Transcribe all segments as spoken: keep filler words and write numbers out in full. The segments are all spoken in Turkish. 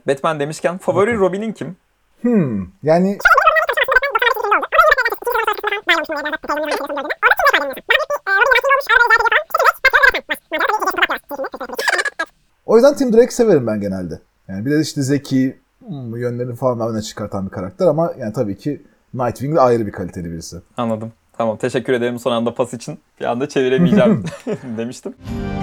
Batman demişken favori Robin'in kim? Hmm, yani... O yüzden Tim Drake'i severim ben genelde. Yani bir de işte zeki, hmm, yönlerini falan öne çıkartan bir karakter ama yani tabii ki Nightwing de ayrı bir kaliteli birisi. Anladım. Tamam, teşekkür ederim son anda pas için. Bir anda çeviremeyeceğim demiştim.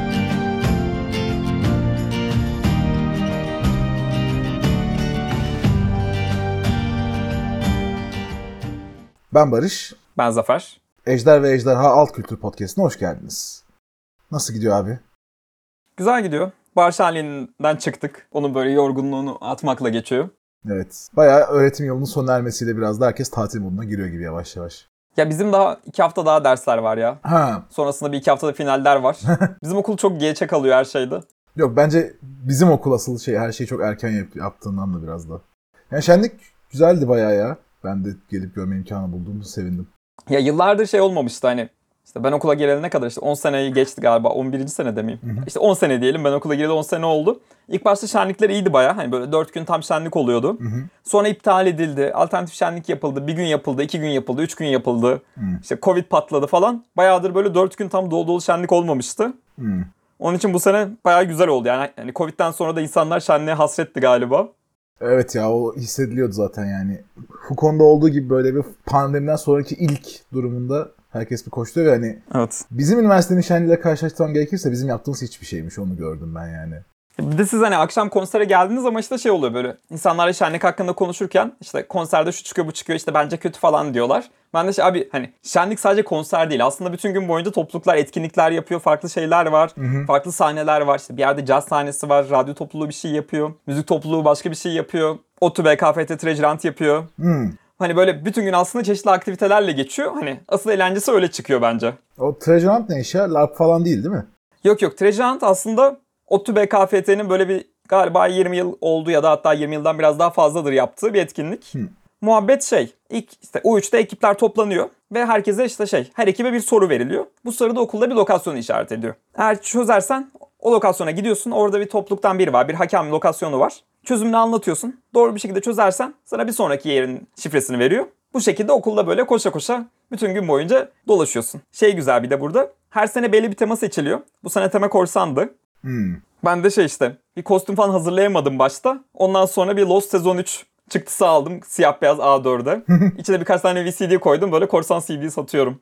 Ben Barış. Ben Zafer. Ejder ve Ejderha Alt Kültür Podcast'ına hoş geldiniz. Nasıl gidiyor abi? Güzel gidiyor. Bahar halinden çıktık. Onun böyle yorgunluğunu atmakla geçiyor. Evet. Bayağı öğretim yolunun sona ermesiyle biraz da herkes tatil moduna giriyor gibi yavaş yavaş. Ya bizim daha iki hafta daha dersler var ya. Ha. Sonrasında bir iki haftada finaller var. Bizim okul çok geçe kalıyor her şeyde. Yok, bence bizim okul asıl şey her şeyi çok erken yap- yaptığından da biraz da. Yani şenlik güzeldi bayağı ya. Ben de gelip görme imkanı bulduğumu sevindim. Ya yıllardır şey olmamıştı hani. İşte ben okula gelene kadar işte on seneyi geçti galiba. on birinci senede miyim? Hı hı. İşte on sene diyelim, ben okula gireli on sene oldu. İlk başta şenlikler iyiydi bayağı. Hani böyle dört gün tam şenlik oluyordu. Hı hı. Sonra iptal edildi. Alternatif şenlik yapıldı. Bir gün yapıldı, iki gün yapıldı, üç gün yapıldı. Hı. İşte Covid patladı falan. Bayağıdır böyle dört gün tam dolu dolu şenlik olmamıştı. Hı. Onun için bu sene bayağı güzel oldu. Yani, yani Covid'den sonra da insanlar şenliğe hasretti galiba. Evet ya, o hissediliyordu zaten yani. Bu konuda olduğu gibi böyle bir pandemiden sonraki ilk durumunda herkes bir koştu ve hani evet. Bizim üniversitenin şenliğiyle karşılaştırmam gerekirse bizim yaptığımız hiçbir şeymiş, onu gördüm ben yani. Bir de siz hani akşam konsere geldiniz ama işte şey oluyor böyle. İnsanlarla şenlik hakkında konuşurken işte konserde şu çıkıyor bu çıkıyor işte bence kötü falan diyorlar. Ben de şey abi hani şenlik sadece konser değil. Aslında bütün gün boyunca topluluklar etkinlikler yapıyor. Farklı şeyler var. Hı hı. Farklı sahneler var. İşte bir yerde caz sahnesi var. Radyo topluluğu bir şey yapıyor. Müzik topluluğu başka bir şey yapıyor. ODTÜ B K F T Treasure Hunt yapıyor. Hı. Hani böyle bütün gün aslında çeşitli aktivitelerle geçiyor. Hani asıl eğlencesi öyle çıkıyor bence. O Treasure Hunt ne iş ya? LARP falan değil değil mi? Yok yok. Treasure Hunt aslında ODTÜ B K F T'nin böyle bir galiba yirmi yıl oldu ya da hatta yirmi yıldan biraz daha fazladır yaptığı bir etkinlik. Hmm. Muhabbet şey, ilk işte U üçte ekipler toplanıyor ve herkese işte şey, her ekibe bir soru veriliyor. Bu soruda okulda bir lokasyonu işaret ediyor. Eğer çözersen o lokasyona gidiyorsun, orada bir topluluktan biri var, bir hakem lokasyonu var. Çözümünü anlatıyorsun. Doğru bir şekilde çözersen sana bir sonraki yerin şifresini veriyor. Bu şekilde okulda böyle koşa koşa bütün gün boyunca dolaşıyorsun. Şey güzel bir de burada, her sene belli bir tema seçiliyor. Bu sene tema korsandı. Hmm. Ben de şey işte bir kostüm falan hazırlayamadım başta. Ondan sonra bir Lost Sezon üç çıktısı aldım siyah beyaz A dört'e. İçine birkaç tane V C D koydum, böyle korsan C D satıyorum.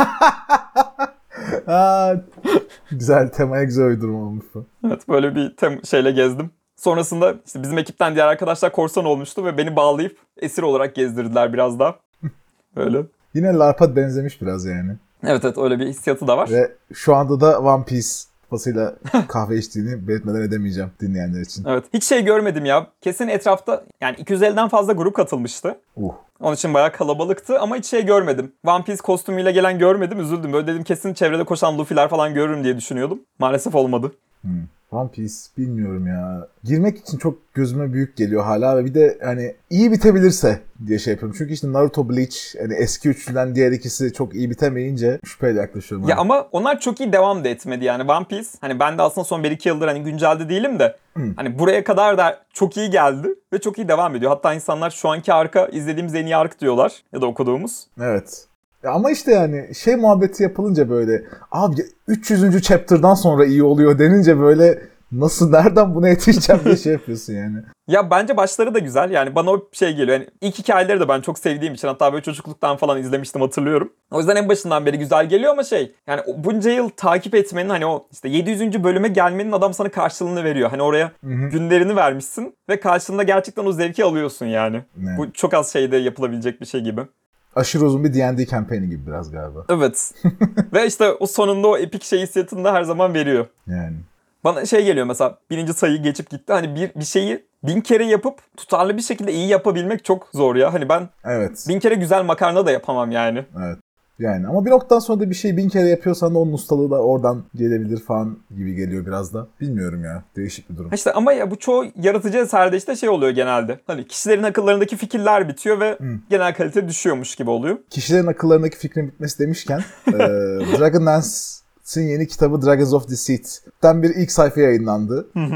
Aa, güzel, temaya güzel uydurma olmuş bu. Evet, böyle bir tem- şeyle gezdim. Sonrasında işte bizim ekipten diğer arkadaşlar korsan olmuştu ve beni bağlayıp esir olarak gezdirdiler biraz daha. Böyle. Yine LARP'a benzemiş biraz yani. Evet evet, öyle bir hissiyatı da var. Ve şu anda da One Piece kafasıyla kahve içtiğini belirtmeden edemeyeceğim dinleyenler için. Evet. Hiç şey görmedim ya. Kesin etrafta yani iki yüz elliden fazla grup katılmıştı. Uh. Onun için bayağı kalabalıktı ama hiç şey görmedim. One Piece kostümüyle gelen görmedim, üzüldüm. Böyle dedim kesin çevrede koşan Luffy'ler falan görürüm diye düşünüyordum. Maalesef olmadı. Hmm. One Piece bilmiyorum ya. Girmek için çok gözüme büyük geliyor hala ve bir de hani iyi bitebilirse diye şey yapıyorum. Çünkü işte Naruto, Bleach, hani eski üçlüden diğer ikisi çok iyi bitemeyince şüpheyle yaklaşıyorum. Ya hani. Ama onlar çok iyi devam da etmedi yani One Piece. Hani ben de aslında son bir iki yıldır hani güncelde değilim de hmm. hani buraya kadar da çok iyi geldi ve çok iyi devam ediyor. Hatta insanlar şu anki arka izlediğimiz en iyi ark diyorlar ya da okuduğumuz. Evet. Ya ama işte yani şey muhabbeti yapılınca böyle abi üç yüzüncü chapter'dan sonra iyi oluyor denince böyle nasıl, nereden buna yetişeceğim diye şey yapıyorsun yani. Ya bence başları da güzel. Yani bana o şey geliyor. Yani ilk hikayeleri de ben çok sevdiğim için hatta böyle çocukluktan falan izlemiştim, hatırlıyorum. O yüzden en başından beri güzel geliyor ama şey yani bunca yıl takip etmenin hani o işte yedi yüzüncü bölüme gelmenin adam sana karşılığını veriyor. Hani oraya Hı-hı. günlerini vermişsin ve karşılığında gerçekten o zevki alıyorsun yani. Ne? Bu çok az şeyde yapılabilecek bir şey gibi. Aşırı uzun bir D and D kampanyası gibi biraz galiba. Evet. Ve işte o sonunda o epik şey hissiyatını da her zaman veriyor. Yani. Bana şey geliyor mesela birinci sayıyı geçip gitti. Hani bir, bir şeyi bin kere yapıp tutarlı bir şekilde iyi yapabilmek çok zor ya. Hani ben evet. bin kere güzel makarna da yapamam yani. Evet. Yani ama bir noktadan sonra da bir şeyi bin kere yapıyorsan da onun ustalığı da oradan gelebilir falan gibi geliyor biraz da. Bilmiyorum ya. Değişik bir durum. İşte ama ya bu çoğu yaratıcı eserde işte şey oluyor genelde. Hani kişilerin akıllarındaki fikirler bitiyor ve hmm. genel kalite düşüyormuş gibi oluyor. Kişilerin akıllarındaki fikrin bitmesi demişken e, Dragon Dance'in yeni kitabı Dragons of Deceit'ten bir ilk sayfa yayınlandı. Hı hı.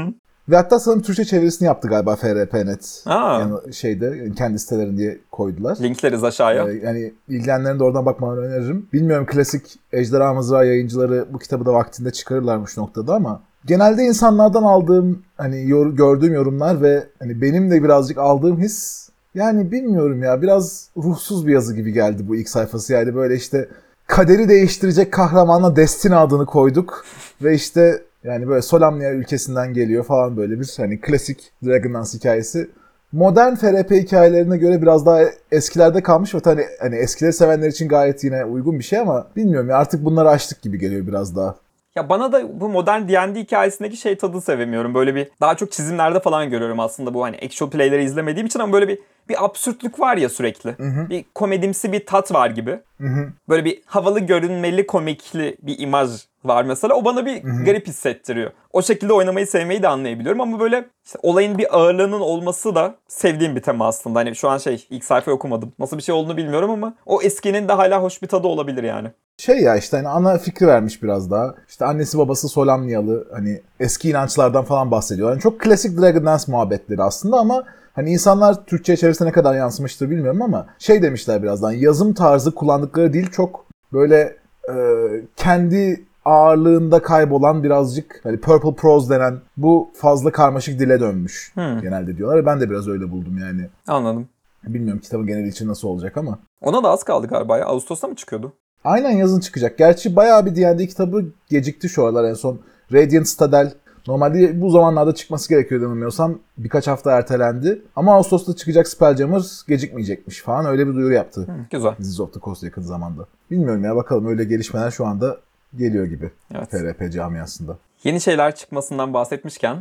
Ve hatta sanırım Türkçe çevirisini yaptı galiba F R P nokta net. Aa. Yani şeyde yani kendi sitelerinde diye koydular. Linkleriz aşağıya. Ee, yani ilgilenenlerin de oradan bakmalarını öneririm. Bilmiyorum klasik Ejderha Mızrağı yayıncıları bu kitabı da vaktinde çıkarırlarmış noktada ama genelde insanlardan aldığım hani yor, gördüğüm yorumlar ve hani benim de birazcık aldığım his yani bilmiyorum ya biraz ruhsuz bir yazı gibi geldi bu ilk sayfası. Yani böyle işte kaderi değiştirecek kahramana Destina adını koyduk ve işte yani böyle Solamnia ülkesinden geliyor falan böyle bir hani klasik Dragonlance hikayesi. Modern F R P hikayelerine göre biraz daha eskilerde kalmış ve hani, hani eskileri sevenler için gayet yine uygun bir şey ama bilmiyorum ya artık bunları açtık gibi geliyor biraz daha. Ya bana da bu modern D and D hikayesindeki şey tadı sevemiyorum. Böyle bir daha çok çizimlerde falan görüyorum aslında bu hani actual play'leri izlemediğim için ama böyle bir bir absürtlük var ya sürekli. Hı hı. Bir komedimsi bir tat var gibi. Hı hı. Böyle bir havalı görünmeli komikli bir imaj var mesela. O bana bir hı hı. garip hissettiriyor. O şekilde oynamayı sevmeyi de anlayabiliyorum ama böyle işte olayın bir ağırlığının olması da sevdiğim bir tema aslında. Hani şu an şey ilk sayfayı okumadım. Nasıl bir şey olduğunu bilmiyorum ama o eskinin de hala hoş bir tadı olabilir yani. Şey ya işte hani ana fikri vermiş biraz daha. İşte annesi babası Solamniyalı hani eski inançlardan falan bahsediyor. Yani çok klasik Dragonlance muhabbetleri aslında ama hani insanlar Türkçe içerisinde ne kadar yansımıştır bilmiyorum ama şey demişler birazdan yazım tarzı kullandıkları dil çok böyle e, kendi ağırlığında kaybolan birazcık hani purple prose denen bu fazla karmaşık dile dönmüş hmm. genelde diyorlar. Ben de biraz öyle buldum yani. Anladım. Bilmiyorum kitabın genel için nasıl olacak ama. Ona da az kaldı galiba ya. Ağustos'ta mı çıkıyordu? Aynen yazın çıkacak. Gerçi bayağı bir D and D kitabı gecikti şu aralar en son. Radiant Citadel normalde bu zamanlarda çıkması gerekiyor yanılmıyorsam. Birkaç hafta ertelendi. Ama Ağustos'ta çıkacak Spelljammer gecikmeyecekmiş falan. Öyle bir duyuru yaptı. Hı, güzel. Wizards of the Coast yakın zamanda. Bilmiyorum ya bakalım öyle gelişmeler şu anda geliyor gibi. Evet. F R P camiasında. Yeni şeyler çıkmasından bahsetmişken.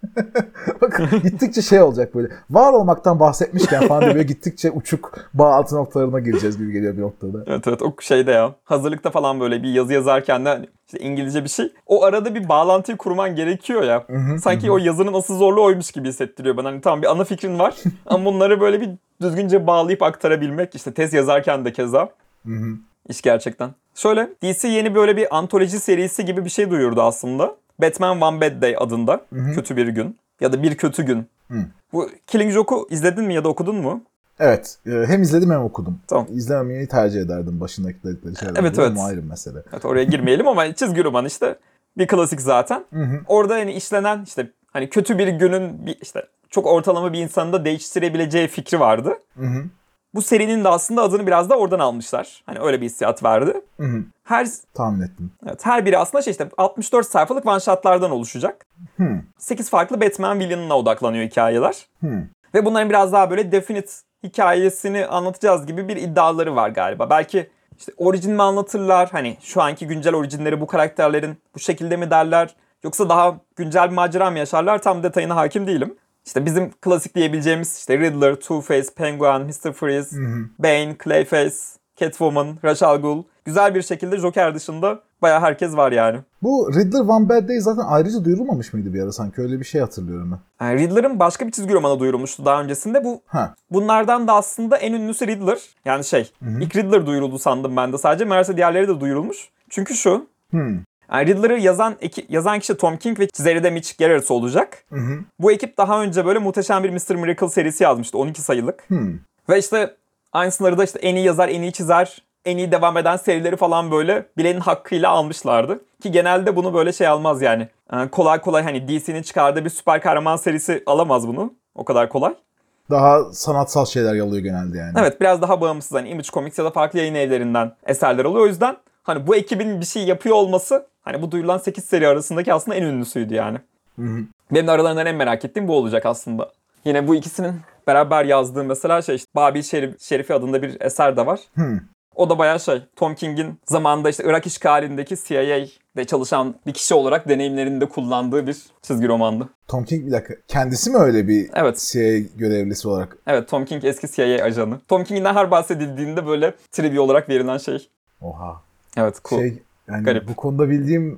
Bakın gittikçe şey olacak böyle. Var olmaktan bahsetmişken falan böyle gittikçe uçuk bağ altı noktalarına gireceğiz gibi geliyor bir noktada. Evet evet o şeyde ya. Hazırlıkta falan böyle bir yazı yazarken de işte İngilizce bir şey. O arada bir bağlantıyı kurman gerekiyor ya. Hı hı, Sanki hı. o yazının asıl zorluğu oymuş gibi hissettiriyor bana. Hani tamam bir ana fikrin var ama bunları böyle bir düzgünce bağlayıp aktarabilmek. İşte tez yazarken de keza. Hı hı. İş gerçekten. Şöyle D C yeni böyle bir antoloji serisi gibi bir şey duyurdu aslında. Batman One Bad Day adında. Hı-hı. Kötü bir gün. Ya da bir kötü gün. Hı. Bu Killing Joke'u izledin mi ya da okudun mu? Evet. Hem izledim hem okudum. Tamam. İzlememeyi tercih ederdim başındaki dedikleri şeyler. Evet evet. Ama ayrı bir mesele. Evet oraya girmeyelim ama çizgi roman işte bir klasik zaten. Hı-hı. Orada hani işlenen işte hani kötü bir günün bir işte çok ortalama bir insanı da değiştirebileceği fikri vardı. Hı-hı. Bu serinin de aslında adını biraz da oradan almışlar. Hani öyle bir hissiyat verdi. Hı hı. Her tahmin ettim. Evet, her biri aslında şey işte altmış dört sayfalık one shot'lardan oluşacak. Hı. sekiz farklı Batman villain'ına odaklanıyor hikayeler. Hı. Ve bunların biraz daha böyle definite hikayesini anlatacağız gibi bir iddiaları var galiba. Belki işte orijin mi anlatırlar? Hani şu anki güncel orijinleri bu karakterlerin bu şekilde mi derler? Yoksa daha güncel bir macera mı yaşarlar? Tam detayına hakim değilim. İşte bizim klasik diyebileceğimiz işte Riddler, Two-Face, Penguin, mister Freeze, hı hı. Bane, Clayface, Catwoman, Ra's al Ghul. Güzel bir şekilde Joker dışında bayağı herkes var yani. Bu Riddler One Bad Day zaten ayrıca duyurulmamış mıydı bir ara sanki? Öyle bir şey hatırlıyorum ben. Yani Riddler'ın başka bir çizgi romanı duyurulmuştu daha öncesinde. Bu ha. Bunlardan da aslında en ünlüsü Riddler. Yani şey, hı hı. ilk Riddler duyuruldu sandım ben de sadece. Meğerse diğerleri de duyurulmuş. Çünkü şu... Hı. Yani Riddler'ı yazan eki, yazan kişi Tom King ve çizeri de Mitch Gerads olacak. Hı hı. Bu ekip daha önce böyle muhteşem bir mister Miracle serisi yazmıştı. on iki sayılık. Hı. Ve işte aynısıları da işte en iyi yazar, en iyi çizer, en iyi devam eden serileri falan böyle bilenin hakkıyla almışlardı. Ki genelde bunu böyle şey almaz yani. yani kolay kolay hani D C'nin çıkardığı bir süper kahraman serisi alamaz bunu. O kadar kolay. Daha sanatsal şeyler alıyor genelde yani. Evet biraz daha bağımsız hani Image Comics ya da farklı yayın evlerinden eserler alıyor. O yüzden hani bu ekibin bir şey yapıyor olması hani bu duyurulan sekiz seri arasındaki aslında en ünlüsüydü yani. Hı hı. Benim de aralarından en merak ettiğim bu olacak aslında. Yine bu ikisinin beraber yazdığı mesela şey işte Babil Şerif, Şerifi adında bir eser de var. Hı. O da bayağı şey Tom King'in zamanında işte Irak işgalindeki C I A'de çalışan bir kişi olarak deneyimlerini de kullandığı bir çizgi romandı. Tom King bir dakika kendisi mi öyle bir evet. C I A görevlisi olarak? Evet Tom King eski C I A ajanı. Tom King'den her bahsedildiğinde böyle trivia olarak verilen şey. Oha. Evet cool. Şey, yani garip. Bu konuda bildiğim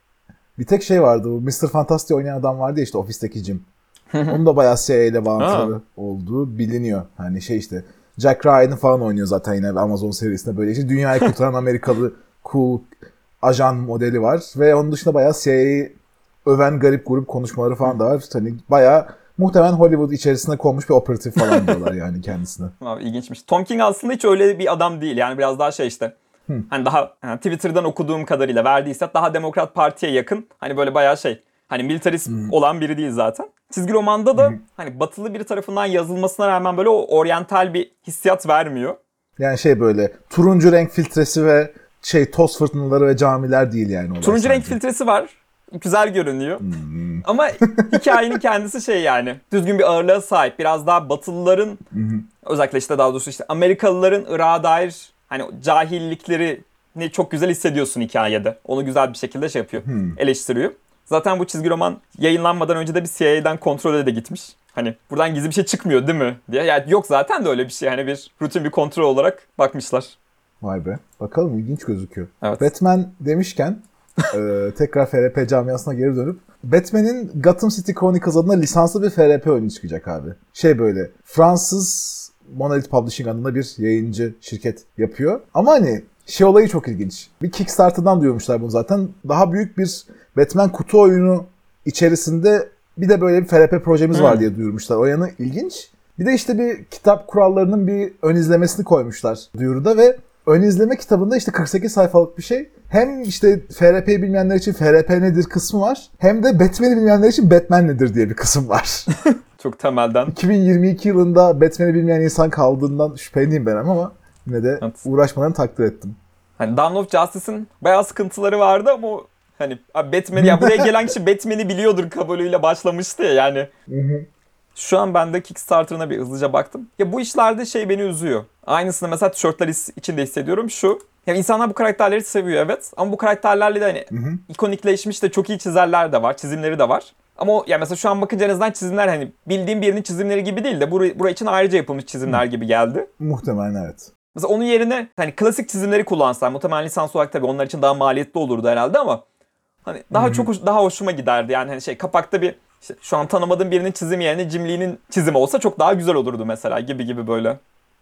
bir tek şey vardı. Bu mister Fantastic oynayan adam vardı ya işte ofisteki Jim. Onun da bayağı C I A ile bağlantılı olduğu biliniyor. Hani şey işte Jack Ryan'ı falan oynuyor zaten yine Amazon serisinde böyle işte dünyayı kurtaran Amerikalı cool ajan modeli var ve onun dışında bayağı C I A öven garip grup konuşmaları falan da var. Hani bayağı muhtemelen Hollywood içerisine konmuş bir operatif falan diyorlar yani kendisine. Abi ilginçmiş. Tom King aslında hiç öyle bir adam değil. Yani biraz daha şey işte. Hı. Hani daha yani Twitter'dan okuduğum kadarıyla verdiyse daha Demokrat Parti'ye yakın. Hani böyle bayağı şey. Hani militarist Hı. olan biri değil zaten. Çizgi romanda da Hı. hani batılı biri tarafından yazılmasına rağmen böyle o oryantal bir hissiyat vermiyor. Yani şey böyle turuncu renk filtresi ve şey toz fırtınaları ve camiler değil yani. Turuncu renk sadece. filtresi var. Güzel görünüyor. Hmm. Ama hikayenin kendisi şey yani. Düzgün bir ağırlığa sahip. Biraz daha batılıların Hı-hı. özellikle işte daha doğrusu işte Amerikalıların Irak'a dair hani cahilliklerini çok güzel hissediyorsun hikayede. Onu güzel bir şekilde şey yapıyor. Hmm. Eleştiriyor. Zaten bu çizgi roman yayınlanmadan önce de bir C I A'den kontrole de gitmiş. Hani buradan gizli bir şey çıkmıyor değil mi diye. Yani yok zaten de öyle bir şey. Hani bir rutin bir kontrol olarak bakmışlar. Vay be. Bakalım ilginç gözüküyor. Evet. Batman demişken e, tekrar F R P camiasına geri dönüp Batman'in Gotham City Chronicles adına lisanslı bir F R P oyunu çıkacak abi. Şey böyle Fransız Monolith Publishing adında bir yayıncı şirket yapıyor. Ama hani şey olayı çok ilginç. Bir Kickstarter'dan duyurmuşlar bunu zaten. Daha büyük bir Batman kutu oyunu içerisinde bir de böyle bir F R P projemiz Hmm. var diye duyurmuşlar. O yanı ilginç. Bir de işte bir kitap kurallarının bir ön izlemesini koymuşlar duyuruda ve ön izleme kitabında işte kırk sekiz sayfalık bir şey. Hem işte F R P'yi bilmeyenler için F R P nedir kısmı var. Hem de Batman'i bilmeyenler için Batman nedir diye bir kısım var. Çok temelden. iki bin yirmi iki yılında Batman'i bilmeyen insan kaldığından şüpheliyim ben ama yine de Evet. uğraşmalarını takdir ettim. Hani Dawn of Justice'ın bayağı sıkıntıları vardı ama o hani Batman ya buraya gelen kişi Batman'i biliyordur kabulüyle başlamıştı ya yani. Hı hı. Şu an ben de Kickstarter'ına bir hızlıca baktım. Ya bu işlerde şey beni üzüyor. Aynısını mesela tişörtler için de hissediyorum. Şu, yani insanlar bu karakterleri seviyor evet. Ama bu karakterlerle de hani Hı hı. ikonikleşmiş de çok iyi çizerler de var. Çizimleri de var. Ama o, yani mesela şu an bakınca en azından çizimler hani bildiğim birinin çizimleri gibi değil de buraya, buraya için ayrıca yapılmış çizimler gibi geldi. Muhtemelen evet. Mesela onun yerine hani klasik çizimleri kullansalar muhtemelen lisans olarak tabii onlar için daha maliyetli olurdu herhalde ama hani daha Hı-hı. çok hoş- daha hoşuma giderdi. Yani hani şey kapakta bir işte şu an tanımadığım birinin çizimi yerine Jim Lee'nin çizimi olsa çok daha güzel olurdu mesela gibi gibi böyle.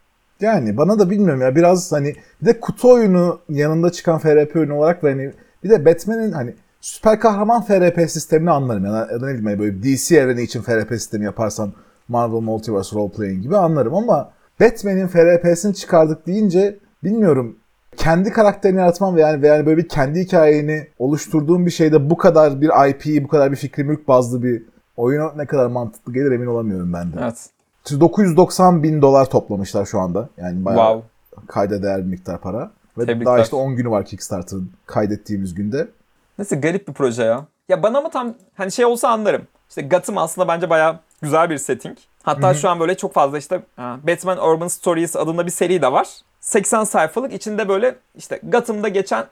Yani bana da bilmiyorum ya biraz hani bir de kutu oyunu yanında çıkan F R P oyunu olarak ve hani bir de Batman'in hani süper kahraman F R P sistemini anlarım. Yani ya da ne bileyim hani böyle D C evreni için F R P sistemi yaparsan Marvel Multiverse Role Playing gibi anlarım ama Batman'in F R P'sini çıkardık deyince bilmiyorum kendi karakterini yaratman ve yani, ve yani böyle bir kendi hikayeni oluşturduğun bir şeyde bu kadar bir I P, bu kadar bir fikri mülk bazlı bir oyuna ne kadar mantıklı gelir emin olamıyorum ben de. Evet. dokuz yüz doksan bin dolar toplamışlar şu anda. Yani bayağı Wow. kayda değer bir miktar para. Ve Tebrikler. daha işte on günü var Kickstarter'ın kaydettiğimiz günde. Neyse garip bir proje ya. Ya bana mı tam hani şey olsa anlarım. İşte Gotham aslında bence bayağı güzel bir setting. Hatta Hı hı. şu an böyle çok fazla işte Batman Urban Stories adında bir seri de var. seksen sayfalık içinde böyle işte Gotham'da geçen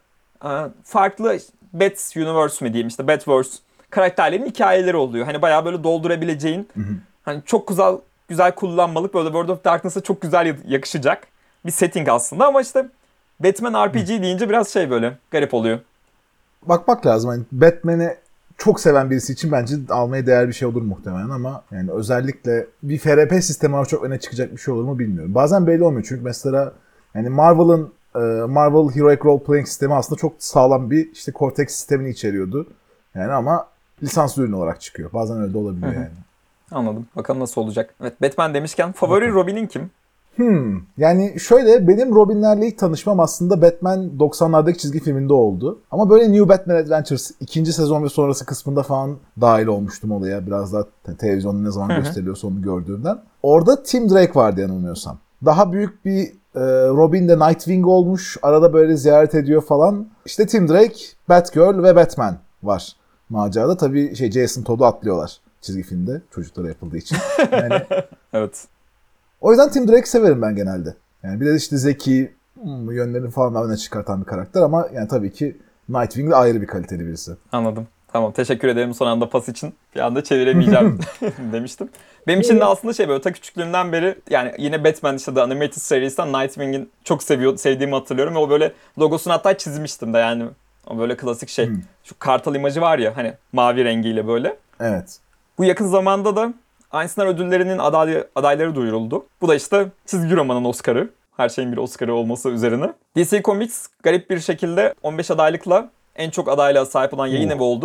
farklı Bat Universe mi diyeyim işte Batverse karakterlerin hikayeleri oluyor. Hani bayağı böyle doldurabileceğin Hı hı. hani çok güzel güzel kullanmalık böyle World of Darkness'a çok güzel yakışacak bir setting aslında ama işte Batman R P G deyince biraz şey böyle garip oluyor. Bakmak lazım. Yani Batman'i çok seven birisi için bence almaya değer bir şey olur muhtemelen ama yani özellikle bir F R P sistemi var çok öne çıkacak bir şey olur mu bilmiyorum. Bazen belli olmuyor çünkü mesela yani Marvel'ın Marvel Heroic Role Playing sistemi aslında çok sağlam bir işte Cortex sistemini içeriyordu. Yani ama lisans ürün olarak çıkıyor. Bazen öyle de olabiliyor yani. Anladım. Bakalım nasıl olacak. Evet Batman demişken favori Bakalım. Robin'in kim? Hmm. Yani şöyle benim Robin'lerle ilk tanışmam aslında Batman doksanlardaki çizgi filminde oldu. Ama böyle New Batman Adventures ikinci sezon ve sonrası kısmında falan dahil olmuştum olaya. Biraz daha te- televizyonda ne zaman Hı hı. gösteriliyorsa onu gördüğümden. Orada Tim Drake vardı yanılmıyorsam. Daha büyük bir e, Robin de Nightwing olmuş. Arada böyle ziyaret ediyor falan. İşte Tim Drake, Batgirl ve Batman var macerada. Tabii şey Jason Todd'u atlıyorlar çizgi filmde çocuklara yapıldığı için. Yani Evet. o yüzden Tim Drake'i severim ben genelde. Yani bir de işte zeki hmm, yönlerini falan öne çıkartan bir karakter ama yani tabii ki Nightwing de ayrı bir kaliteli birisi. Anladım. Tamam teşekkür ederim son anda pas için. Bir anda çeviremeyeceğim demiştim. Benim için de aslında şey böyle ta küçüklüğümden beri yani yine Batman işte The Animated Series'ten Nightwing'in çok seviyor, sevdiğimi hatırlıyorum. Ve o böyle logosunu hatta çizmiştim de yani. O böyle klasik şey. Hmm. Şu kartal imajı var ya hani mavi rengiyle böyle. Evet. Bu yakın zamanda da Eisner ödüllerinin aday, adayları duyuruldu. Bu da işte çizgi romanın Oscar'ı. Her şeyin bir Oscar'ı olması üzerine. D C Comics garip bir şekilde on beş adaylıkla en çok adaylığa sahip olan yayın Uh. evi oldu.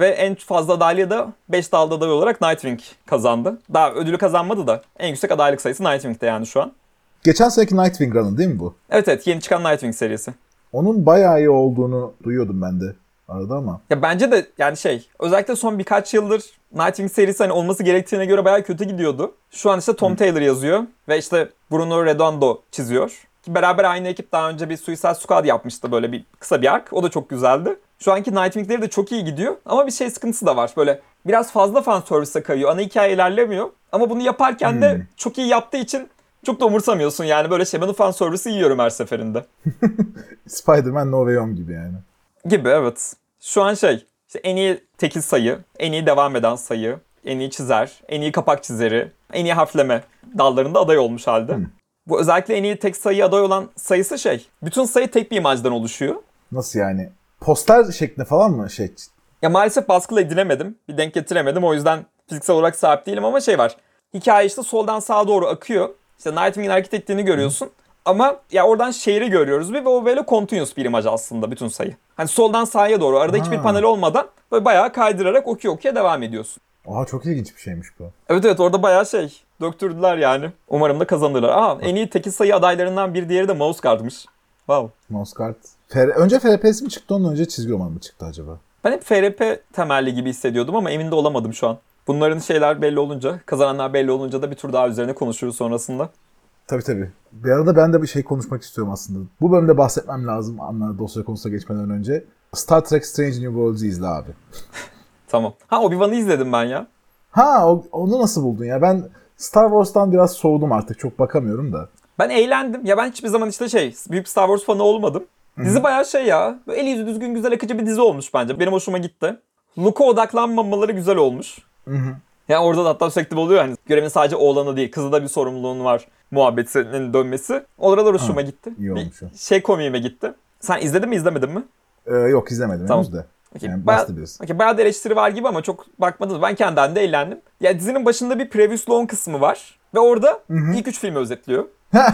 Ve en fazla adaylığı da beş dalda aday olarak Nightwing kazandı. Daha ödülü kazanmadı da en yüksek adaylık sayısı Nightwing'de yani şu an. Geçen seneki Nightwing Run'ın değil mi bu? Evet evet, yeni çıkan Nightwing serisi. Onun bayağı iyi olduğunu duyuyordum ben de arada ama. Ya bence de yani şey, özellikle son birkaç yıldır Nightwing serisi hani olması gerektiğine göre bayağı kötü gidiyordu. Şu an işte Tom Hı. Taylor yazıyor ve işte Bruno Redondo çiziyor. Ki beraber aynı ekip daha önce bir Suicide Squad yapmıştı, böyle bir kısa bir ark. O da çok güzeldi. Şu anki Nightwing'leri de çok iyi gidiyor ama bir şey sıkıntısı da var. Böyle biraz fazla fan service'e kayıyor. Ana hikaye ilerlemiyor. Ama bunu yaparken hmm. de çok iyi yaptığı için çok da umursamıyorsun yani. Böyle şey, ben o fan service'i yiyorum her seferinde. Spider-Man No Way Home gibi yani. Gibi evet. Şu an şey, işte en iyi tekil sayı, en iyi devam eden sayı, en iyi çizer, en iyi kapak çizeri, en iyi harfleme dallarında aday olmuş halde. Hmm. Bu özellikle en iyi tek sayı aday olan sayısı şey, bütün sayı tek bir imajdan oluşuyor. Nasıl yani? Poster şeklinde falan mı şey? Ya maalesef baskıyla edinemedim. Bir denk getiremedim. O yüzden fiziksel olarak sahip değilim ama şey var. Hikaye işte soldan sağa doğru akıyor. İşte Nightwing'in hareket ettiğini görüyorsun. Hı. Ama ya oradan şehri görüyoruz ve o böyle continuous bir imaj aslında bütün sayı. Hani soldan sağa doğru arada ha. hiçbir panel olmadan böyle bayağı kaydırarak okuya okuya devam ediyorsun. Oha, çok ilginç bir şeymiş bu. Evet evet, orada bayağı şey döktürdüler yani. Umarım da kazanırlar. Aa, en iyi tekil sayı adaylarından bir diğeri de Mouse Guard'mış. Wow. Mouse Guard. F R... Önce F R P'si mi çıktı, ondan önce çizgi roman mı çıktı acaba? Ben hep F R P temelli gibi hissediyordum ama emin de olamadım şu an. Bunların şeyler belli olunca, kazananlar belli olunca da bir tur daha üzerine konuşuruz sonrasında. Tabii tabii. Bir arada ben de bir şey konuşmak istiyorum aslında. Bu bölümde bahsetmem lazım anlar dosya konusuna geçmeden önce. Star Trek Strange New Worlds'ı izle abi. Tamam. Ha, Obi-Wan'ı izledim ben ya. Ha, o, onu nasıl buldun ya? Ben Star Wars'tan biraz soğudum artık. Çok bakamıyorum da. Ben eğlendim. Ya ben hiçbir zaman işte şey, büyük Star Wars fanı olmadım. Dizi Hı-hı. bayağı şey ya. Böyle eli yüzü düzgün, güzel, akıcı bir dizi olmuş bence. Benim hoşuma gitti. Luke'a odaklanmamaları güzel olmuş. Hı-hı. Yani orada da hatta sürekli oluyor hani görevin sadece oğlanı değil, kızı da bir sorumluluğun var muhabbetinin dönmesi. Oralar hoşuma ha, gitti. İyi olmuş. Bir şey komiğime gitti. Sen izledin mi, izlemedin mi? Ee, yok izlemedim tamam. henüz de. Okay. Yani bayağı, okay, bayağı da eleştiri var gibi ama çok bakmadım. Ben kendimden de eğlendim. Ya dizinin başında bir previous long kısmı var. Ve orada Hı-hı. ilk üç filmi özetliyor.